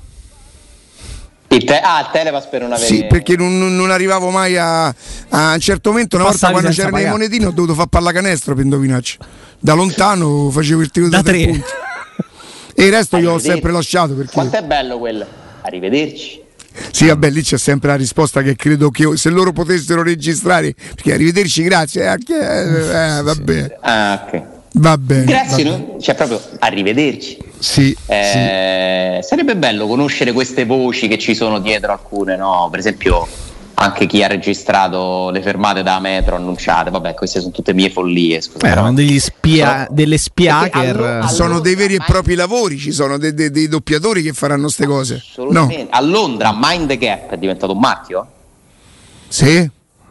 Il telepass per non avere... Sì, perché non arrivavo mai a un certo momento. Una volta quando c'erano i monetini ho dovuto fare pallacanestro per indovinarci. Da lontano facevo il tiro da 3 punti. E il resto io ho sempre lasciato. Perché... Quanto è bello quello? Arrivederci. Sì, vabbè, lì c'è sempre la risposta che credo che se loro potessero registrare, perché arrivederci, grazie, vabbè. Ok. Va bene. Grazie, no? Cioè proprio arrivederci. Sì, sarebbe bello conoscere queste voci che ci sono dietro alcune, no? Per esempio anche chi ha registrato le fermate da metro annunciate, vabbè, queste sono tutte mie follie. Erano delle spiaker. Sono dei veri e propri lavori, ci sono dei doppiatori che faranno queste cose. Assolutamente. No. A Londra Mind the Gap è diventato un marchio? Sì.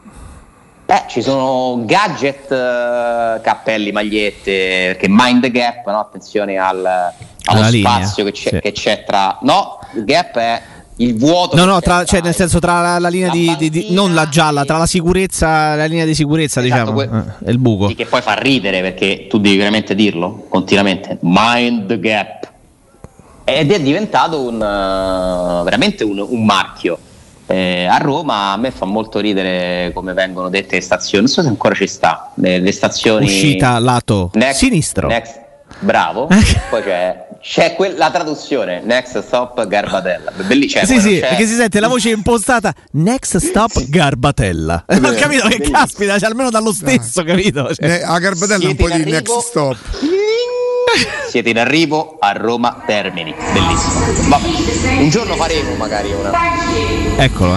Ci sono gadget, cappelli, magliette, perché Mind the Gap, no? Attenzione allo spazio linea, che c'è tra... No, il gap è il vuoto. No, cioè nel senso tra la linea di non la gialla, tra la sicurezza, la linea di sicurezza, esatto, diciamo, e il buco. Che poi fa ridere perché tu devi veramente dirlo continuamente. Mind the Gap. Ed è diventato veramente un marchio. A Roma a me fa molto ridere come vengono dette le stazioni, non so se ancora ci sta, le stazioni uscita lato sinistro, bravo. Poi c'è la traduzione Next Stop Garbatella, bellissimo. Sì, perché si sente la voce impostata Next Stop Garbatella. Ho capito che caspita, cioè, almeno dallo stesso, capito? Cioè, a Garbatella un po' di Next Stop. Siete in arrivo a Roma Termini, bellissimo. Vabbè, un giorno faremo magari una. Eccolo,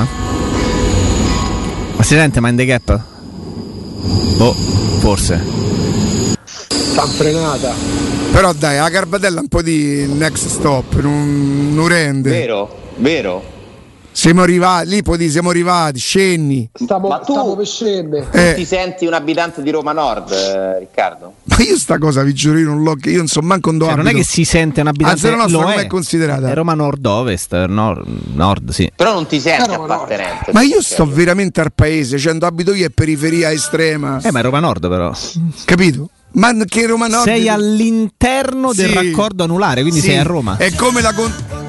Ma si sente Mind the Gap? Forse. Sta frenata. Però dai, a Garbatella un po' di Next Stop non rende. Vero. Siamo arrivati, lì siamo arrivati, scenni. Stiamo per scendere. Tu ti senti un abitante di Roma Nord, Riccardo? Ma io sta cosa vi giuro, io non so manco dove non è che si sente un abitante, non è considerata. È Roma Nord-Ovest, nord, sì. Però non ti senti appartenente. Ma io sto veramente al paese, cioè abito io è periferia estrema. Ma è Roma Nord però. Capito? Ma che Roma Nord? Sei all'interno del raccordo anulare, quindi sei a Roma. È come la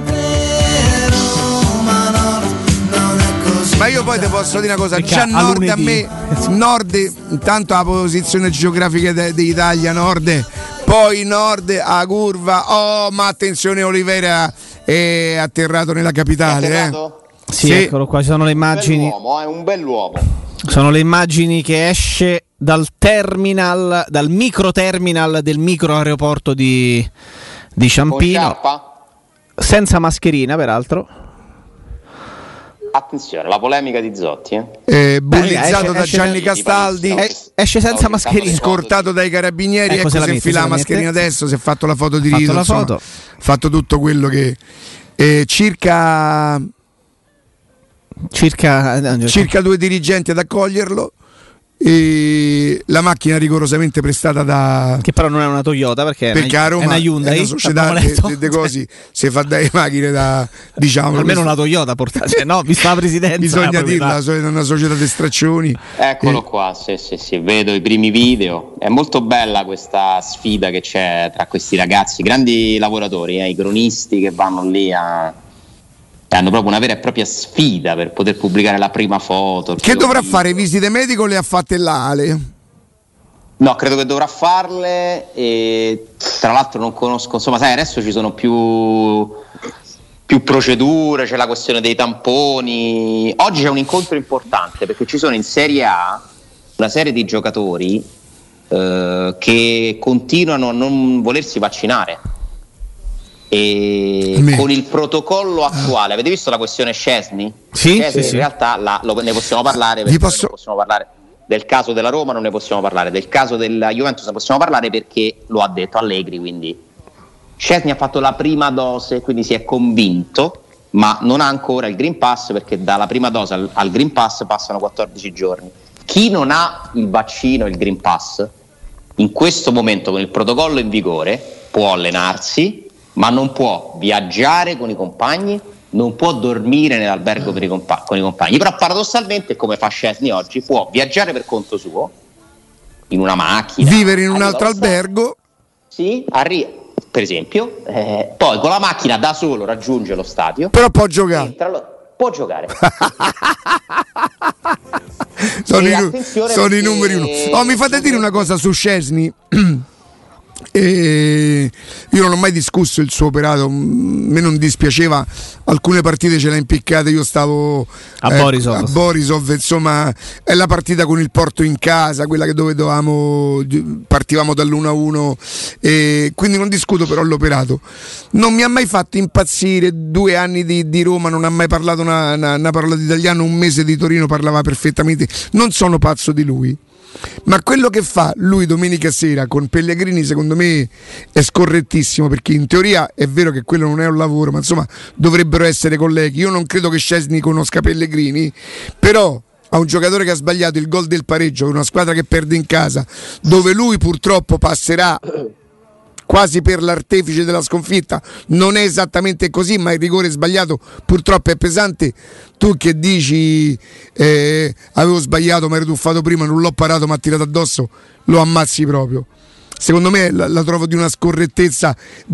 Ma io poi ti posso dire una cosa, già nord a me, nord, intanto la posizione geografica d'Italia, nord, poi nord a curva, ma attenzione, Olivera è atterrato nella capitale. Sì, eccolo qua, ci sono le immagini. È un bell'uomo. Sono le immagini che esce dal terminal, dal micro terminal del micro aeroporto di Ciampino. Senza mascherina, peraltro. Attenzione, la polemica di Zotti, bullizzato da Gianni Castaldi, esce senza mascherina, scortato dai carabinieri, ecco si infila la mascherina adesso, si è fatto la foto di rito, fatto tutto quello che circa 2 dirigenti ad accoglierlo. E la macchina rigorosamente prestata da, che però non è una Toyota perché a Roma è una Hyundai, è una società de cose si fa dai macchine da, diciamo, almeno una Toyota portata, no, vista la presidenza bisogna dirla, è una società di straccioni. Eccolo qua, sì, vedo i primi video, è molto bella questa sfida che c'è tra questi ragazzi, grandi lavoratori, i cronisti che vanno lì hanno proprio una vera e propria sfida per poter pubblicare la prima foto. Che dovrà fare? Visite mediche o le ha fatte l'ALE? No, credo che dovrà farle e tra l'altro non conosco, insomma, sai, adesso ci sono più procedure, c'è la questione dei tamponi. Oggi c'è un incontro importante perché ci sono in Serie A una serie di giocatori che continuano a non volersi vaccinare. E con il protocollo attuale, avete visto la questione Szczesny? Sì. In realtà ne possiamo parlare perché non possiamo parlare del caso della Roma, non ne possiamo parlare del caso della Juventus, ne possiamo parlare perché lo ha detto Allegri, quindi Szczesny ha fatto la prima dose, quindi si è convinto, ma non ha ancora il Green Pass perché dalla prima dose al Green Pass passano 14 giorni. Chi non ha il vaccino, il Green Pass, in questo momento con il protocollo in vigore può allenarsi, ma non può viaggiare con i compagni, non può dormire nell'albergo con i compagni. Però paradossalmente, come fa Szczęsny oggi, può viaggiare per conto suo in una macchina, vivere in un altro albergo, sì, per esempio, poi con la macchina da solo raggiunge lo stadio, però può giocare, può giocare. sono i numeri uno. Mi fate dire una cosa su Szczęsny. Io non ho mai discusso il suo operato, a me non dispiaceva, alcune partite ce l'ha impiccate, io stavo a Borisov, insomma è la partita con il Porto in casa, quella che dove partivamo dall'1-1, e quindi non discuto, però l'operato non mi ha mai fatto impazzire. 2 anni di Roma, non ha mai parlato una parola di italiano, 1 mese di Torino parlava perfettamente, non sono pazzo di lui. Ma quello che fa lui domenica sera con Pellegrini secondo me è scorrettissimo, perché in teoria è vero che quello non è un lavoro, ma insomma dovrebbero essere colleghi. Io non credo che Szczęsny conosca Pellegrini, però a un giocatore che ha sbagliato il gol del pareggio con una squadra che perde in casa, dove lui purtroppo passerà quasi per l'artefice della sconfitta, non è esattamente così, ma il rigore sbagliato purtroppo è pesante. Tu che dici avevo sbagliato, mi ero tuffato prima, non l'ho parato, ma ha tirato addosso, lo ammazzi proprio. Secondo me la trovo di una scorrettezza,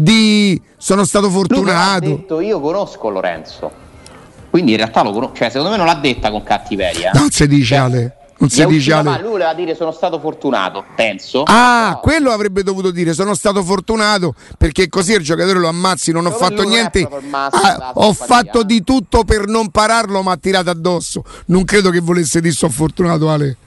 sono stato fortunato. Lui ha detto, io conosco Lorenzo, quindi in realtà lo conosco, cioè secondo me non l'ha detta con cattiveria. Non si dice, Ale. Non si dice, Ale. Ma lui voleva dire sono stato fortunato, penso. Quello avrebbe dovuto dire sono stato fortunato, perché così il giocatore lo ammazzi, non ho fatto niente, ho fatto di tutto per non pararlo, ma ha tirato addosso. Non credo che volesse dire sono fortunato, Ale.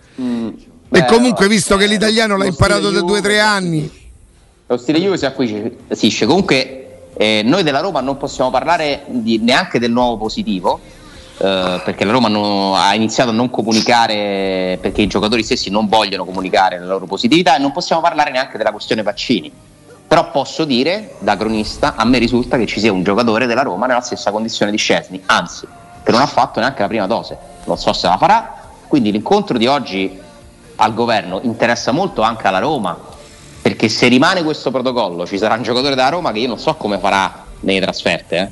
E comunque visto che l'italiano l'ha imparato da 2 o 3 anni, lo stile Juve si acquisisce. Comunque noi della Roma non possiamo parlare neanche del nuovo positivo, perché la Roma ha iniziato a non comunicare, perché i giocatori stessi non vogliono comunicare la loro positività, e non possiamo parlare neanche della questione vaccini. Però posso dire, da cronista, a me risulta che ci sia un giocatore della Roma nella stessa condizione di Szczęsny, anzi che non ha fatto neanche la prima dose, non so se la farà. Quindi l'incontro di oggi al governo interessa molto anche alla Roma, perché se rimane questo protocollo ci sarà un giocatore della Roma che io non so come farà nelle trasferte,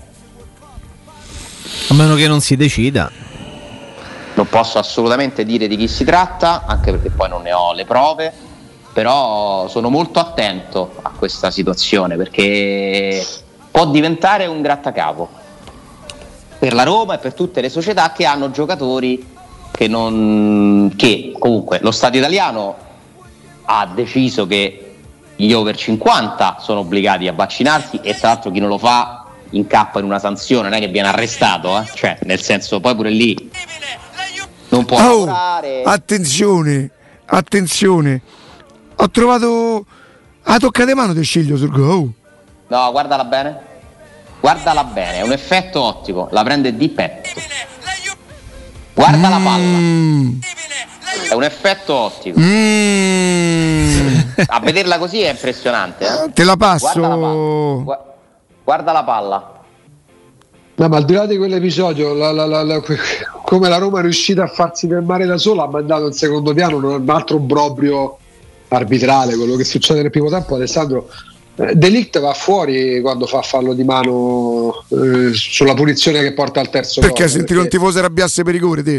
a meno che non si decida. Non posso assolutamente dire di chi si tratta, anche perché poi non ne ho le prove, però sono molto attento a questa situazione, perché può diventare un grattacapo per la Roma e per tutte le società che hanno giocatori che comunque lo Stato italiano ha deciso che gli over 50 sono obbligati a vaccinarsi, e tra l'altro chi non lo fa incappa in una sanzione, non è che viene arrestato, cioè nel senso, poi pure lì non può lavorare. Attenzione, ho trovato la tocca di mano del Sciglio sul gol. No, guardala bene, è un effetto ottico, la prende di petto, guarda la palla, è un effetto ottico. A vederla così è impressionante, Te la passo. Guarda la palla. No, ma al di là di quell'episodio, come la Roma è riuscita a farsi fermare da sola, ha mandato in secondo piano un altro obbrobrio arbitrale. Quello che succede nel primo tempo, Alessandro, De Ligt va fuori quando fa fallo di mano sulla punizione che porta al terzo gol. Perché sentire un tifoso arrabbiasse per rigore, te?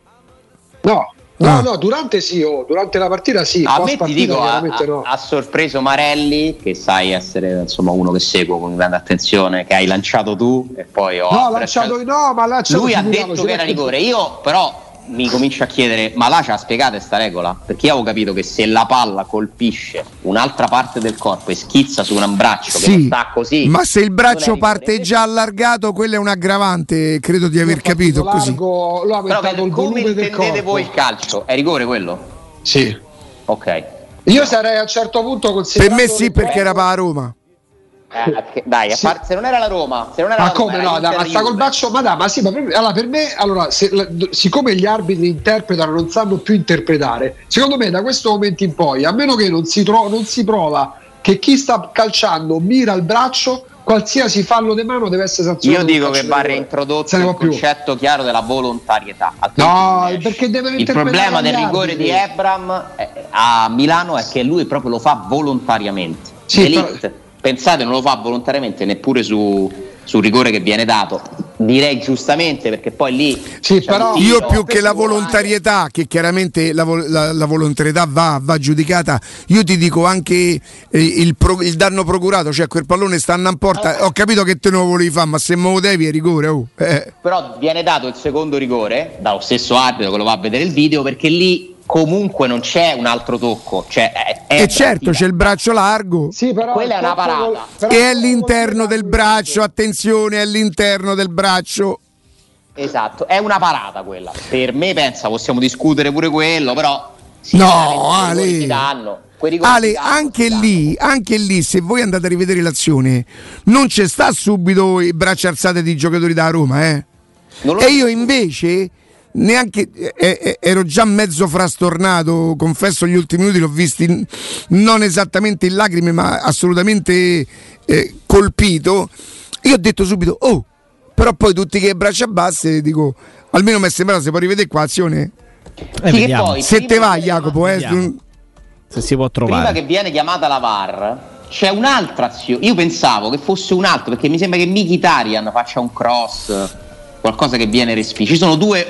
No, durante la partita sì. A me ti dico, ha sorpreso Marelli, che sai essere insomma uno che seguo con grande attenzione, che hai lanciato tu e poi lui ha detto che era rigore. Io però mi comincio a chiedere, ma là ci ha spiegato sta regola? Perché io avevo capito che se la palla colpisce un'altra parte del corpo e schizza su un braccio che non sta così, ma se il braccio parte già allargato, quello è un aggravante, credo di aver capito così. Però come intendete voi il calcio? È rigore quello? Sì. Ok. Io sarei a un certo punto considerato. Per me sì, perché era per la Roma. Dai, sì. Se non era la Roma, ma come no? Ma sta col braccio, ma sì, ma per me, siccome gli arbitri interpretano, non sanno più interpretare, secondo me da questo momento in poi, a meno che non si prova che chi sta calciando mira il braccio, qualsiasi fallo di mano deve essere sanzionato. Io dico che va reintrodotto il concetto chiaro della volontarietà. No, perché deve il problema del rigore di Ebram a Milano è che lui proprio lo fa volontariamente. Sì, pensate non lo fa volontariamente neppure sul rigore che viene dato, direi giustamente, perché poi lì sì, però io più che la volontarietà, che chiaramente la volontarietà va giudicata, io ti dico anche il danno procurato, cioè quel pallone stanno a porta, ho capito che te non lo volevi fare, ma se me lo devi è rigore. Però viene dato il secondo rigore dallo stesso arbitro che lo va a vedere il video, perché lì comunque non c'è un altro tocco, cioè e certo c'è il braccio largo, sì, però quella è una parata e è all'interno del braccio, attenzione, è all'interno del braccio, esatto, è una parata quella, per me pensa possiamo discutere pure quello, però no Ale, anche lì se voi andate a rivedere l'azione non c'è sta subito i braccia alzate di giocatori da Roma, e io invece neanche ero già mezzo frastornato, confesso, gli ultimi minuti l'ho visti non esattamente in lacrime ma assolutamente colpito. Io ho detto subito però poi tutti che braccia basse, dico almeno mi è sembrato, se può rivedere qua azione poi, se te va Jacopo se si può trovare, prima che viene chiamata la VAR c'è un'altra azione, io pensavo che fosse un altro, perché mi sembra che Mkhitaryan faccia un cross, qualcosa che viene respinto, ci sono due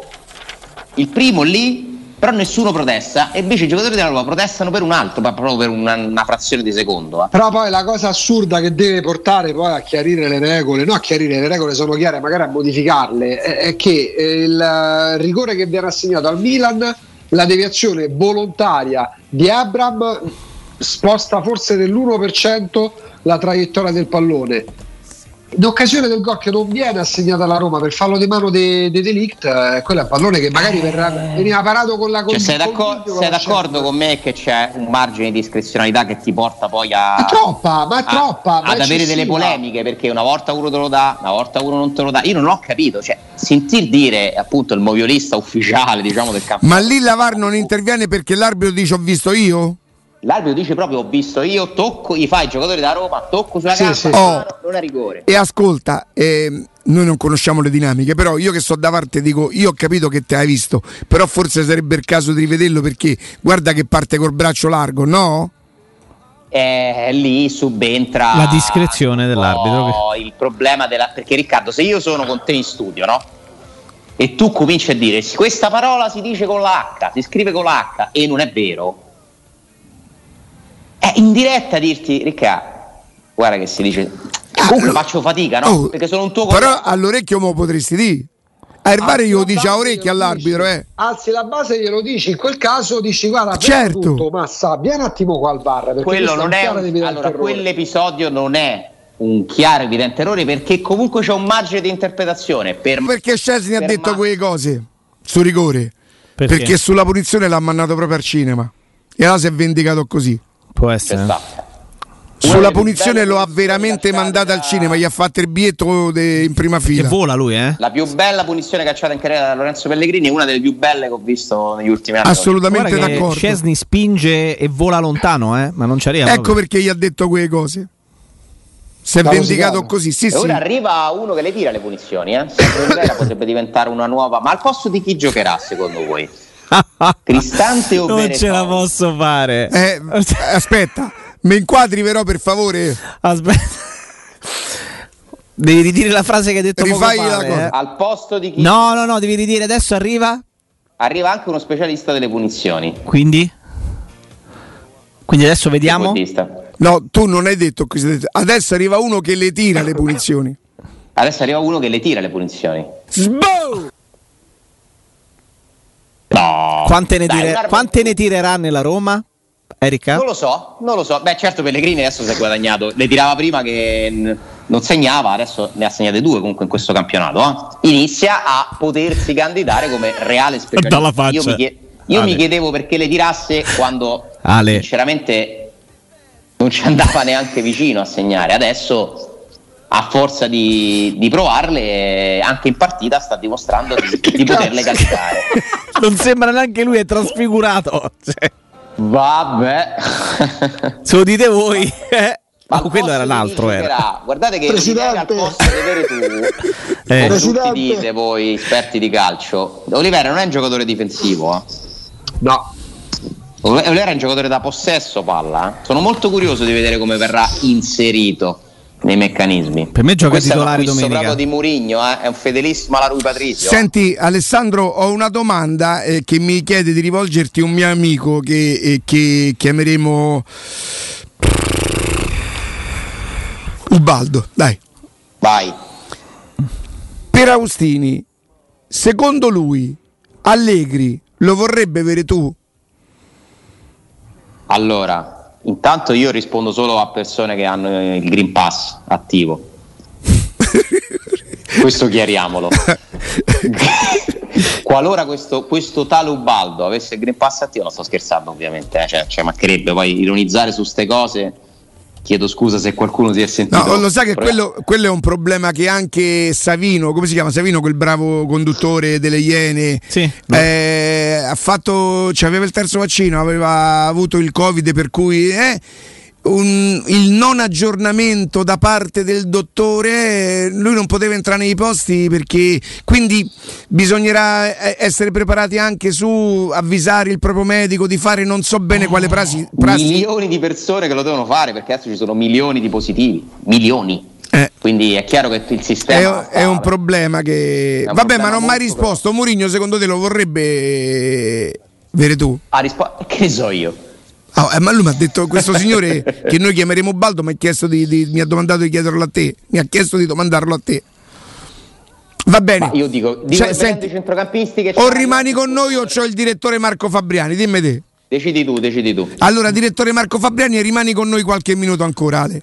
il primo lì, però nessuno protesta, e invece i giocatori della Roma protestano per un altro, proprio per una frazione di secondo. Però poi la cosa assurda che deve portare poi a chiarire le regole, no, a chiarire le regole sono chiare, magari a modificarle, è che il rigore che viene assegnato al Milan, la deviazione volontaria di Abraham sposta forse dell'1% la traiettoria del pallone. In occasione del gol che non viene assegnato alla Roma per fallo di mano De Ligt, quello è un pallone che magari veniva parato con la sei d'accordo con me che c'è un margine di discrezionalità che ti porta poi ad avere delle polemiche, perché una volta uno te lo dà, una volta uno non te lo dà. Io non ho capito, cioè sentir dire appunto il moviolista ufficiale, diciamo, del campionato, ma lì la VAR non interviene perché l'arbitro dice ho visto io? L'arbitro dice proprio ho visto io, tocco, gli fa i giocatori da Roma, tocco sulla gamba, non è rigore. E ascolta, noi non conosciamo le dinamiche, però io che sto davanti dico, io ho capito che te hai visto, però forse sarebbe il caso di rivederlo, perché guarda che parte col braccio largo, no? Lì subentra la discrezione dell'arbitro, il problema perché Riccardo, se io sono con te in studio, no? E tu cominci a dire questa parola si dice con la H, si scrive con la H e non è vero, in diretta dirti Riccardo, guarda che si dice, comunque faccio fatica, no? Perché sono un tuo però all'orecchio mo potresti dire io dice a orecchio all'arbitro, alzi la base e glielo dici, in quel caso dici guarda, certo, tutto, Massa, vieni un attimo qua al VAR, perché quello non è allora quell'episodio non è un chiaro evidente errore, perché comunque c'è un margine di interpretazione perché Szczesny ha detto quelle cose sul rigore, perché sulla punizione l'ha mandato proprio al cinema e allora si è vendicato così. Può essere. Sulla punizione lo ha veramente mandato al cinema, gli ha fatto il biglietto in prima fila. E vola lui, La più bella punizione cacciata in carriera da Lorenzo Pellegrini è una delle più belle che ho visto negli ultimi anni. Assolutamente d'accordo. Szczesny spinge e vola lontano, ma non ci arriva. Ecco perché gli ha detto quelle cose. Si è vendicato così, sì. Ora arriva uno che le tira le punizioni, potrebbe diventare una nuova. Ma al posto di chi giocherà secondo voi? Cristante o non ce la posso fare. Aspetta, mi inquadri però per favore. Aspetta, devi ridire la frase che hai detto. Rifai la cosa. Al posto di chi? No, devi ridire. Adesso arriva anche uno specialista delle punizioni. Quindi adesso vediamo. No, tu non hai detto così. Adesso arriva uno che le tira le punizioni. No. Quante ne tirerà nella Roma, Erika? Non lo so. Beh, certo, Pellegrini adesso si è guadagnato. Le tirava prima che non segnava, adesso ne ha segnate 2 comunque in questo campionato. Inizia a potersi candidare come reale specialista. Dalla faccia. Io mi chiedevo perché le tirasse quando sinceramente non ci andava neanche vicino a segnare. Adesso a forza di provarle anche in partita sta dimostrando di poterle candidare. Non sembra neanche lui, è trasfigurato. Vabbè, se lo dite voi. Ma quello era l'altro. Guardate che Presidente, al posto di avere tu, come tutti dite voi esperti di calcio, Olivera non è un giocatore difensivo. No. era un giocatore da possesso palla. Sono molto curioso di vedere come verrà inserito nei meccanismi. Per me gioca titolare domenica. Proprio di Mourinho, è un fedelissimo alla Rui Patricio. Senti Alessandro, ho una domanda che mi chiede di rivolgerti un mio amico che chiameremo Ubaldo. Dai. Vai. Per Austini, secondo lui Allegri lo vorrebbe avere tu? Allora, intanto io rispondo solo a persone che hanno il Green Pass attivo. Questo chiariamolo. Qualora questo tale Ubaldo avesse il Green Pass attivo, non sto scherzando ovviamente, cioè mancherebbe poi ironizzare su ste cose. Chiedo scusa se qualcuno si è sentito. No, lo sai che quello è un problema che anche Savino, come si chiama? Savino, quel bravo conduttore delle Iene, sì, ha fatto, cioè aveva il terzo vaccino, aveva avuto il Covid, per cui il non aggiornamento da parte del dottore, lui non poteva entrare nei posti, perché quindi bisognerà essere preparati anche su avvisare il proprio medico di fare non so bene quale prassi. Milioni di persone che lo devono fare, perché adesso ci sono milioni di positivi, milioni. Quindi è chiaro che il sistema è un problema che vabbè, ma non ho mai risposto. Mourinho secondo te lo vorrebbe avere tu? Che ne so io. Ma lui mi ha detto, questo signore che noi chiameremo Baldo mi ha domandato di chiederlo a te, mi ha chiesto di domandarlo a te. Va bene. Ma io dico senti, centrocampisti che o rimani con noi o c'ho il direttore Marco Fabriani, dimmi te. Decidi tu. Allora, direttore Marco Fabriani, rimani con noi qualche minuto ancora, Ale.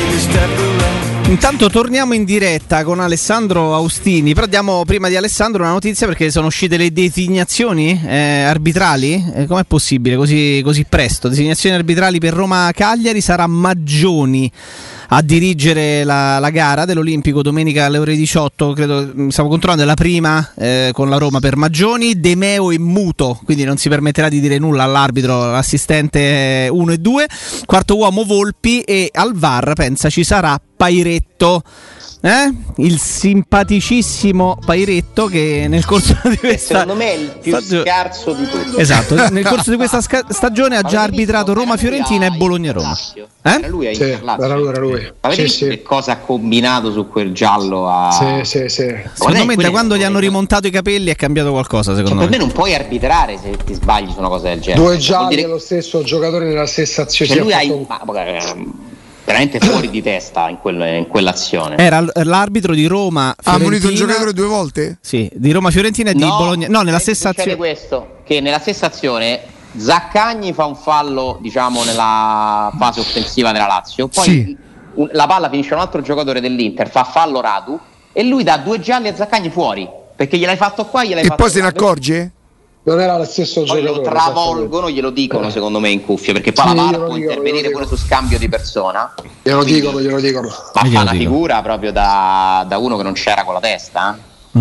Intanto torniamo in diretta con Alessandro Austini, però diamo prima di Alessandro una notizia, perché sono uscite le designazioni arbitrali. Com'è possibile così presto? Designazioni arbitrali per Roma-Cagliari, sarà Maggioni a dirigere la gara dell'Olimpico domenica alle ore 18, credo, stavo controllando, è la prima con la Roma per Maggioni. De Meo è muto, quindi non si permetterà di dire nulla all'arbitro, l'assistente 1 e 2. Quarto uomo Volpi, e al VAR pensa ci sarà Pairetto. Il simpaticissimo Pairetto, che nel corso di questa, secondo me è il più scarso di tutti. Esatto, nel corso di questa stagione ha già arbitrato Roma-Fiorentina e Bologna-Roma. Era lui era lui. Avete che cosa ha combinato su quel giallo? Sì. Secondo me da quando gli hanno rimontato i capelli è cambiato qualcosa, secondo me. Per me non puoi arbitrare se ti sbagli su una cosa del genere. 2 gialli allo stesso giocatore nella stessa azione. Cioè lui veramente fuori di testa in quell'azione. Era l'arbitro di Roma Fiorentina. Ha munito un giocatore 2 volte? Sì, di Roma Fiorentina e di Bologna. No, nella stessa azione. Questo, che nella stessa azione Zaccagni fa un fallo, diciamo, nella fase offensiva della Lazio, poi la palla finisce a un altro giocatore dell'Inter, fa fallo Radu, e lui dà 2 gialli a Zaccagni fuori, perché gliel'hai fatto qua, gliel'hai fatto poi se ne accorge? Non era lo stesso poi giocatore. Lo travolgono, glielo dicono secondo me in cuffia, perché poi la VAR può intervenire pure su scambio di persona. Glielo dicono. Ma fa una figura proprio da uno che non c'era con la testa.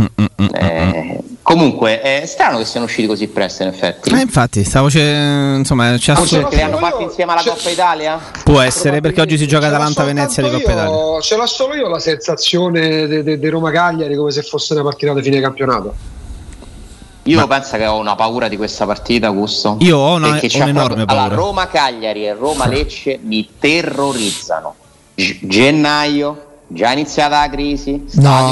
Comunque è strano che siano usciti così presto, in effetti. Infatti insomma c'è che li hanno fatti insieme alla Coppa Italia? Può essere, perché oggi si gioca Atalanta-Venezia di Coppa Italia. Ce l'ho solo io la sensazione di Roma-Cagliari come se fosse una partita di fine campionato. Io penso che ho una paura di questa partita, Gusto. Io ho un'enorme paura. Allora, Roma-Cagliari e Roma-Lecce mi terrorizzano. Gennaio, già iniziata la crisi,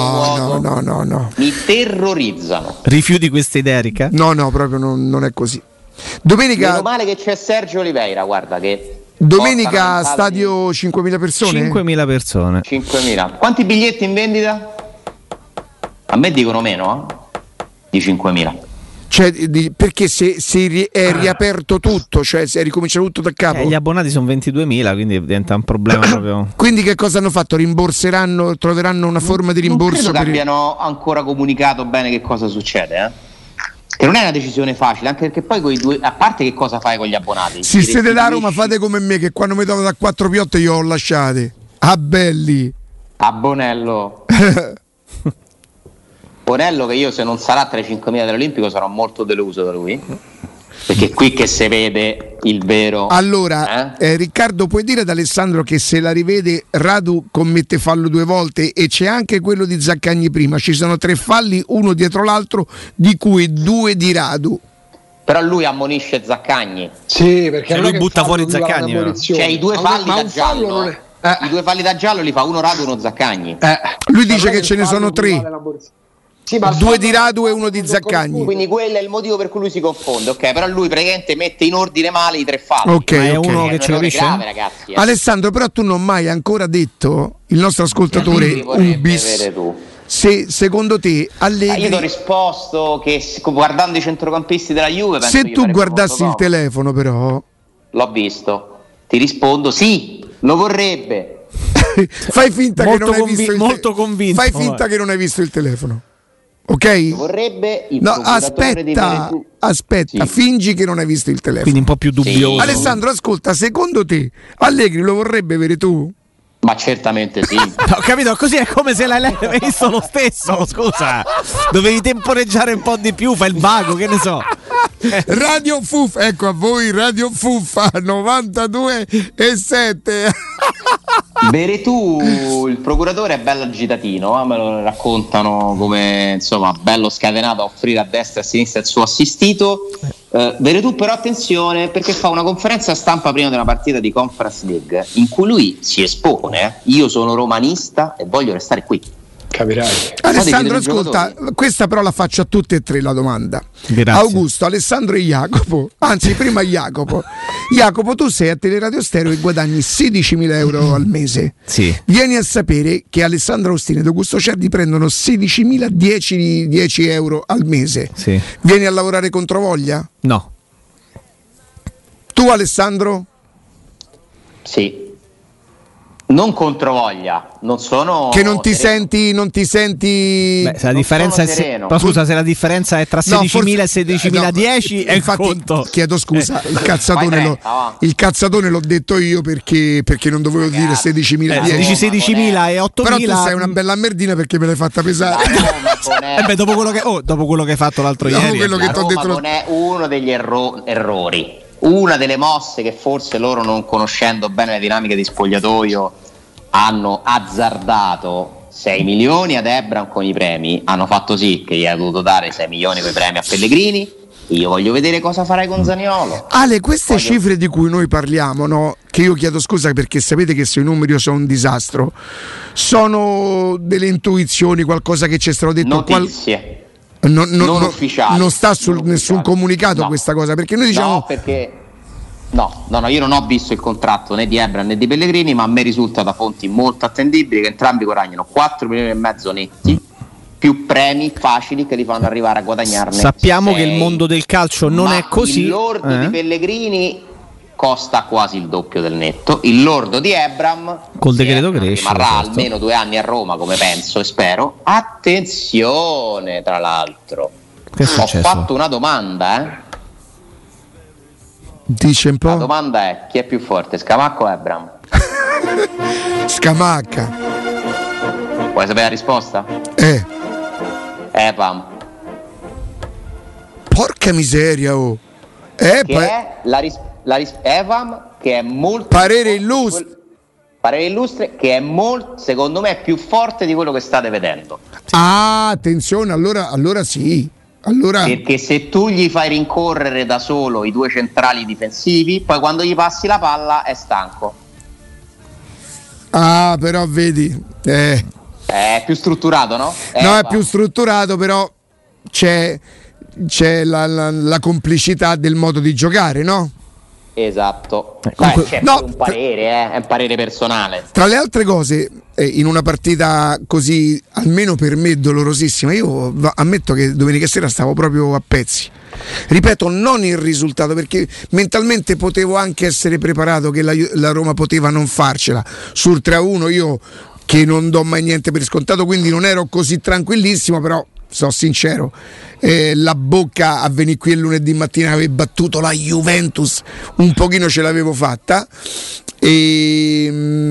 no. Mi terrorizzano. Rifiuti questa idea, Ricca? No, proprio non è così. Domenica. Meno male che c'è Sergio Oliveira, guarda che. Domenica stadio 5.000 persone? 5.000 persone. 5.000. Quanti biglietti in vendita? A me dicono meno, di 5.000. Cioè, perché se è riaperto tutto, cioè se è ricominciato tutto da capo. Gli abbonati sono 22.000, quindi diventa un problema proprio. Quindi che cosa hanno fatto? Troveranno una forma di rimborso? Non credo che abbiano ancora comunicato bene che cosa succede, Che non è una decisione facile, anche perché poi con i due, a parte che cosa fai con gli abbonati? Se siete da Roma fate come me, che quando mi trovo da 4 piotte io ho lasciate. Belli. A Bonello. Bonello, che io, se non sarà tra i 5.000 dell'Olimpico, sarò molto deluso da lui, perché qui che si vede il vero. Allora Riccardo, puoi dire ad Alessandro che se la rivede Radu commette fallo 2 volte, e c'è anche quello di Zaccagni prima, ci sono 3 falli uno dietro l'altro, di cui 2 di Radu. Però lui ammonisce Zaccagni. Sì, perché lui butta fuori Zaccagni. Cioè i due falli da giallo. I due falli da giallo li fa uno Radu e uno Zaccagni. Lui dice che ce ne sono 3. Sì, ma 2 di Radu e 1 di Zaccagni. Quindi quello è il motivo per cui lui si confonde, ok? Però lui praticamente mette in ordine male i 3 falli. Ok, ma è uno che ce lo dice? Grave, ragazzi, Alessandro, però tu non hai mai ancora detto, il nostro ascoltatore, un bis. Se secondo te Allegri... Io ti ho risposto che guardando i centrocampisti della Juve... Se tu guardassi il telefono però... L'ho visto. Ti rispondo sì, lo vorrebbe. Fai finta che non hai visto il molto convinto. Fai finta che non hai visto il telefono. Ok? Lo vorrebbe il no, aspetta, sì. Fingi che non hai visto il telefono. Quindi un po' più dubbioso. Sì. Alessandro, ascolta, secondo te Allegri lo vorrebbe avere tu? Ma certamente sì. Ho capito, così è come se l'hai visto lo stesso, scusa. Dovevi temporeggiare un po' di più, fai il vago, che ne so. Radio Fuffa, ecco a voi Radio Fuffa 92,7. Veretù, il procuratore è bello agitatino, me lo raccontano come insomma bello scatenato a offrire a destra e a sinistra il suo assistito. Veretù però attenzione perché fa una conferenza stampa prima di una partita di Conference League in cui lui si espone, io sono romanista e voglio restare qui. Capirai. Alessandro, ascolta, questa però la faccio a tutte e 3 la domanda. Grazie. Augusto, Alessandro e Jacopo. Anzi, prima Jacopo. Jacopo, tu sei a Teleradio Stereo e guadagni 16.000 euro al mese. Sì. Vieni a sapere che Alessandro Austini ed Augusto Cerdi prendono 16.010 euro al mese. Sì. Vieni a lavorare contro voglia? No. Tu, Alessandro? Sì. Non controvoglia, non sono che non ti senti. Beh, se la differenza però scusa, se la differenza è tra 16.000 e 16.010 è il conto. Chiedo scusa, il cazzatone l'ho detto io perché non dovevo dire 16.000. Dici 16.000 e 8.000. Però tu sei una bella merdina perché me l'hai fatta pesare. Dopo quello che hai fatto l'altro ieri. Quello che t'ho detto non è uno degli errori. Una delle mosse che forse loro, non conoscendo bene le dinamiche di spogliatoio, hanno azzardato 6 milioni ad Ebram con i premi, hanno fatto sì che gli ha dovuto dare 6 milioni con i premi a Pellegrini. Io voglio vedere cosa farai con Zaniolo. Ale, queste cifre di cui noi parliamo, no? Che io chiedo scusa perché sapete che sui numeri io sono un disastro, sono delle intuizioni, qualcosa che ci è stato detto, notizie. Non ufficiali, non sta su nessun comunicato, no. Questa cosa perché noi diciamo no, perché no, io non ho visto il contratto né di Ebram né di Pellegrini, ma a me risulta da fonti molto attendibili che entrambi guadagnano 4 milioni e mezzo netti più premi facili che li fanno arrivare a guadagnarne. Sappiamo 6. che il mondo del calcio non è così. Il lordo di Pellegrini costa quasi il doppio del netto, il lordo di Ebram col decreto cresce rimarrà almeno 2 anni a Roma, come penso e spero. Attenzione, tra l'altro ho fatto una domanda, dice un po'. La domanda è: chi è più forte, Scamacca o Ebram? Scamacca. Vuoi sapere la risposta? Ebram. Porca miseria, oh. Che è Evam, che è molto parere illustre, che è molto, secondo me, più forte di quello che state vedendo. Attenzione, allora sì. Perché se tu gli fai rincorrere da solo i 2 centrali difensivi, poi quando gli passi la palla è stanco. Però vedi, è più strutturato, no? No, è più strutturato, però c'è la complicità del modo di giocare, no? Esatto. C'è un parere, è un parere personale. Tra le altre cose, in una partita così, almeno per me, dolorosissima, io ammetto che domenica sera stavo proprio a pezzi. Ripeto, non il risultato, perché mentalmente potevo anche essere preparato che la Roma poteva non farcela. Sul 3-1 io, che non do mai niente per scontato, quindi non ero così tranquillissimo, però sono sincero, la bocca a venire qui il lunedì mattina aver battuto la Juventus un pochino ce l'avevo fatta, e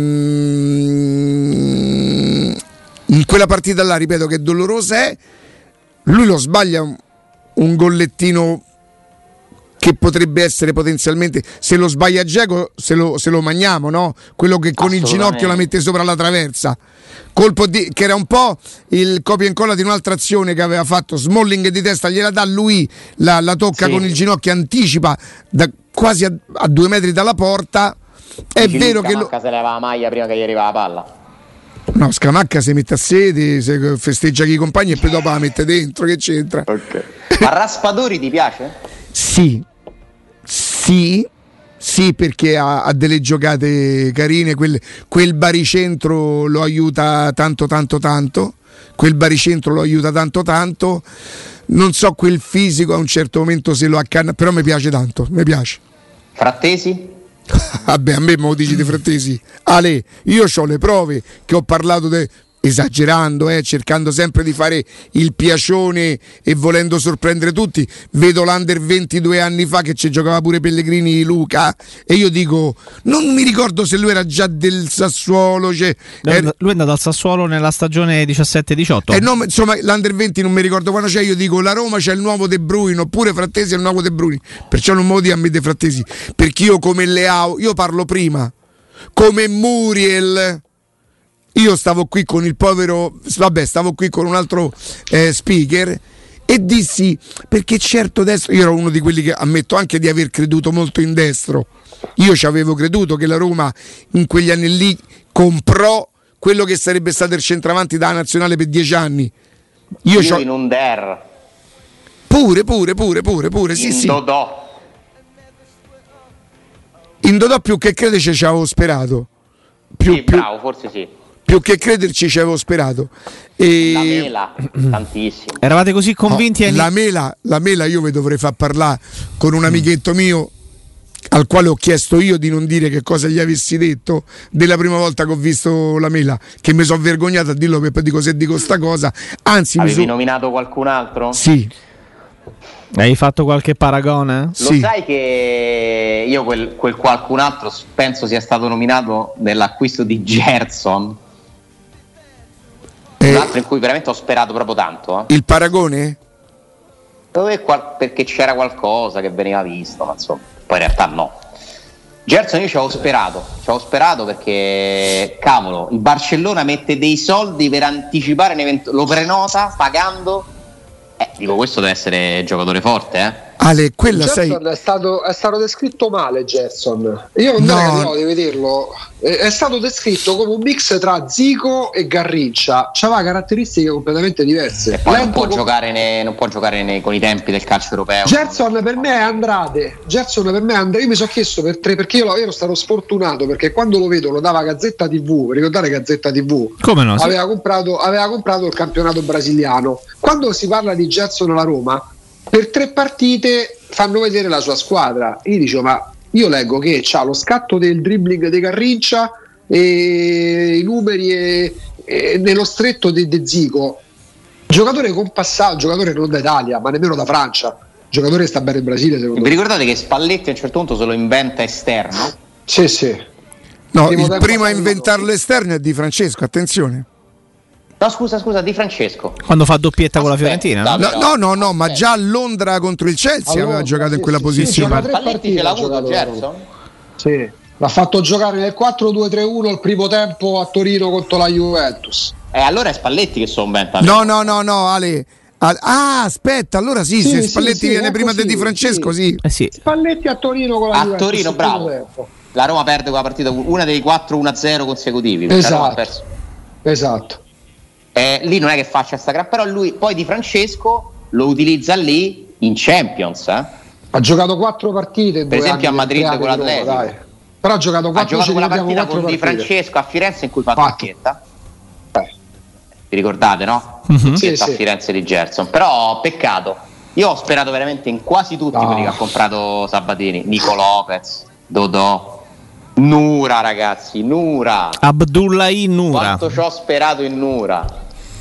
in quella partita là, ripeto, che dolorosa è, lui lo sbaglia un gollettino che potrebbe essere potenzialmente, se lo sbaglia Dzeko se lo mangiamo, no? Quello che con il ginocchio la mette sopra la traversa, che era un po' il copia e incolla di un'altra azione che aveva fatto Smalling di testa, gliela dà lui, la tocca con il ginocchio, anticipa quasi a 2 metri dalla porta. È vero che Scamacca se leva la maglia prima che gli arriva la palla. No, Scamacca si mette a sede, festeggia con i compagni e poi dopo la mette dentro, che c'entra? Okay. Ma Raspadori ti piace? Sì, perché ha delle giocate carine, quel baricentro lo aiuta tanto. Quel baricentro lo aiuta tanto. Non so quel fisico a un certo momento se lo accanna, però mi piace tanto, mi piace. Frattesi? Vabbè, a me lo dici di Frattesi. Ale, io ho le prove che ho parlato esagerando, cercando sempre di fare il piacione e volendo sorprendere tutti. Vedo l'Under 22 anni fa che ci giocava pure Pellegrini Luca e io dico, non mi ricordo se lui era già del Sassuolo, lui è andato al Sassuolo nella stagione 17-18 no, insomma l'Under 20 non mi ricordo quando c'è. Io dico la Roma c'è il nuovo De Bruyne, oppure Frattesi è il nuovo De Bruyne, perciò non me lo dico a me De Frattesi, perché io come Leao, io parlo prima come Muriel. Io stavo qui con il povero, stavo qui con un altro speaker e dissi, perché certo destro, io ero uno di quelli che ammetto anche di aver creduto molto in destro, io ci avevo creduto che la Roma in quegli anni lì comprò quello che sarebbe stato il centravanti dalla nazionale per 10 anni. Io in un der pure sì. In Dodò più che crederci ci avevo sperato. Bravo, forse sì. Più che crederci ci avevo sperato. La Mela, tantissimo. Eravate così convinti? La Mela io vi dovrei far parlare con un amichetto mio al quale ho chiesto io di non dire che cosa gli avessi detto della prima volta che ho visto la Mela, che mi sono vergognato a dirlo, perché dico, se dico sta cosa, anzi avevi nominato qualcun altro? Sì. Hai fatto qualche paragone? Lo sai che io quel qualcun altro penso sia stato nominato nell'acquisto di Gerson, un altro in cui veramente ho sperato proprio tanto. Il paragone? Perché c'era qualcosa che veniva visto, ma insomma, poi in realtà no. Gerson io ci avevo sperato perché cavolo, il Barcellona mette dei soldi per anticipare lo prenota pagando. Dico, questo deve essere giocatore forte, Ale, quella Gerson è stato descritto male. Gerson, io non ero capito di vederlo. È stato descritto come un mix tra Zico e Garrincha, c'aveva caratteristiche completamente diverse. E poi non può giocare con i tempi del calcio europeo. Gerson per me è Andrade. Io mi sono chiesto perché io ero stato sfortunato, perché quando lo vedo lo dava Gazzetta TV. Ricordate Gazzetta TV? Come no? Sì. Aveva comprato il campionato brasiliano. Quando si parla di Gerson alla Roma, per 3 partite fanno vedere la sua squadra. Io dicevo, ma io leggo che c'ha lo scatto del dribbling di Garrincha e i numeri e nello stretto di Zico, giocatore compassato, giocatore non d'Italia ma nemmeno da Francia, giocatore che sta bene in Brasile, secondo me. Vi ricordate che Spalletti a un certo punto se lo inventa esterno? Sì. No, il primo a inventarlo esterno è Di Francesco, attenzione. No, scusa, Di Francesco. Quando fa doppietta con la Fiorentina? No, ma già a Londra contro il Chelsea aveva giocato in quella posizione. Spalletti ce l'ha avuto Gerson? Sì, l'ha fatto giocare nel 4-2-3-1 il primo tempo a Torino contro la Juventus. Allora è Spalletti che sono inventa. No, Ale. Aspetta, allora sì, se Spalletti viene prima di Francesco, sì. Sì. Spalletti a Torino con la Juventus. A Torino, bravo. La Roma perde quella partita, una dei 4-1-0 consecutivi. Esatto. Lì non è che faccia sta gran, però lui poi Di Francesco lo utilizza lì in Champions. Ha giocato 4 partite. Per esempio a Madrid con l'Atletico. Però ha giocato 4 quella partita con Di Francesco a Firenze in cui fa doppietta. Vi ricordate, no? Sì. A Firenze di Gerson. Però peccato. Io ho sperato veramente in quasi tutti quelli che ha comprato Sabatini. Nico Lopez, Dodò, Nura, ragazzi, Abdullahi Nura. Quanto ci ho sperato in Nura.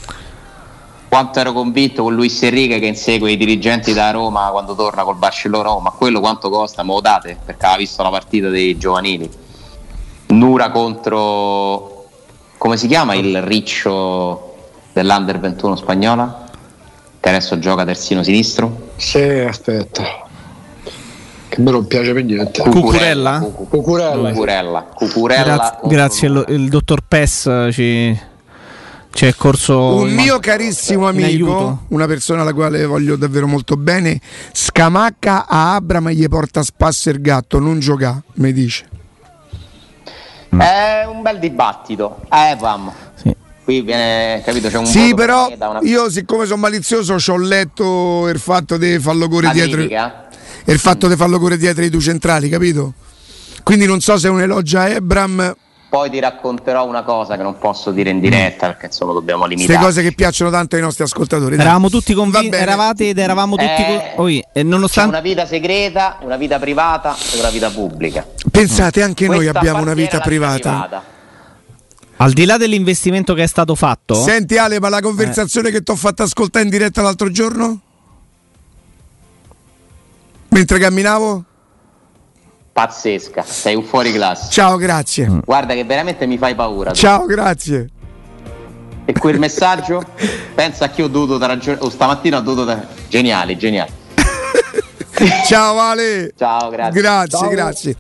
Quanto ero convinto con Luis Enrique che insegue i dirigenti da Roma quando torna col Barcellona. Ma quello quanto costa? Me lo date? Perché aveva visto la partita dei giovanili. Nura contro, come si chiama il riccio dell'Under 21 spagnola, che adesso gioca terzino sinistro? Sì, aspetta. che a me non piace per niente. Cucurella? Grazie, il dottor Pes ci è corso. Un mio carissimo amico, una persona alla quale voglio davvero molto bene, Scamacca a Abram e gli porta a spasso il gatto, non gioca, mi dice. È un bel dibattito. Sì. Qui viene, capito, c'è un sì, però io siccome sono malizioso ci ho letto il fatto di farlo correre dietro i due centrali, capito? Quindi non so se è un elogio a Ebram. Poi ti racconterò una cosa che non posso dire in diretta perché insomma dobbiamo limitare. Queste cose che piacciono tanto ai nostri ascoltatori. Eravamo tutti convinti, eravamo tutti nonostante c'è una vita segreta, una vita privata e una vita pubblica. Pensate, anche noi abbiamo una vita privata. Al di là dell'investimento che è stato fatto. Senti Ale, ma la conversazione che ti ho fatto ascoltare in diretta l'altro giorno? Mentre camminavo? Pazzesca, sei un fuori classe. Ciao, grazie. Guarda che veramente mi fai paura. Ciao, grazie. E quel messaggio? Pensa che io ho dovuto da ragione. Stamattina ho dovuto da. Geniale. Ciao Ale. Ciao, grazie. Grazie.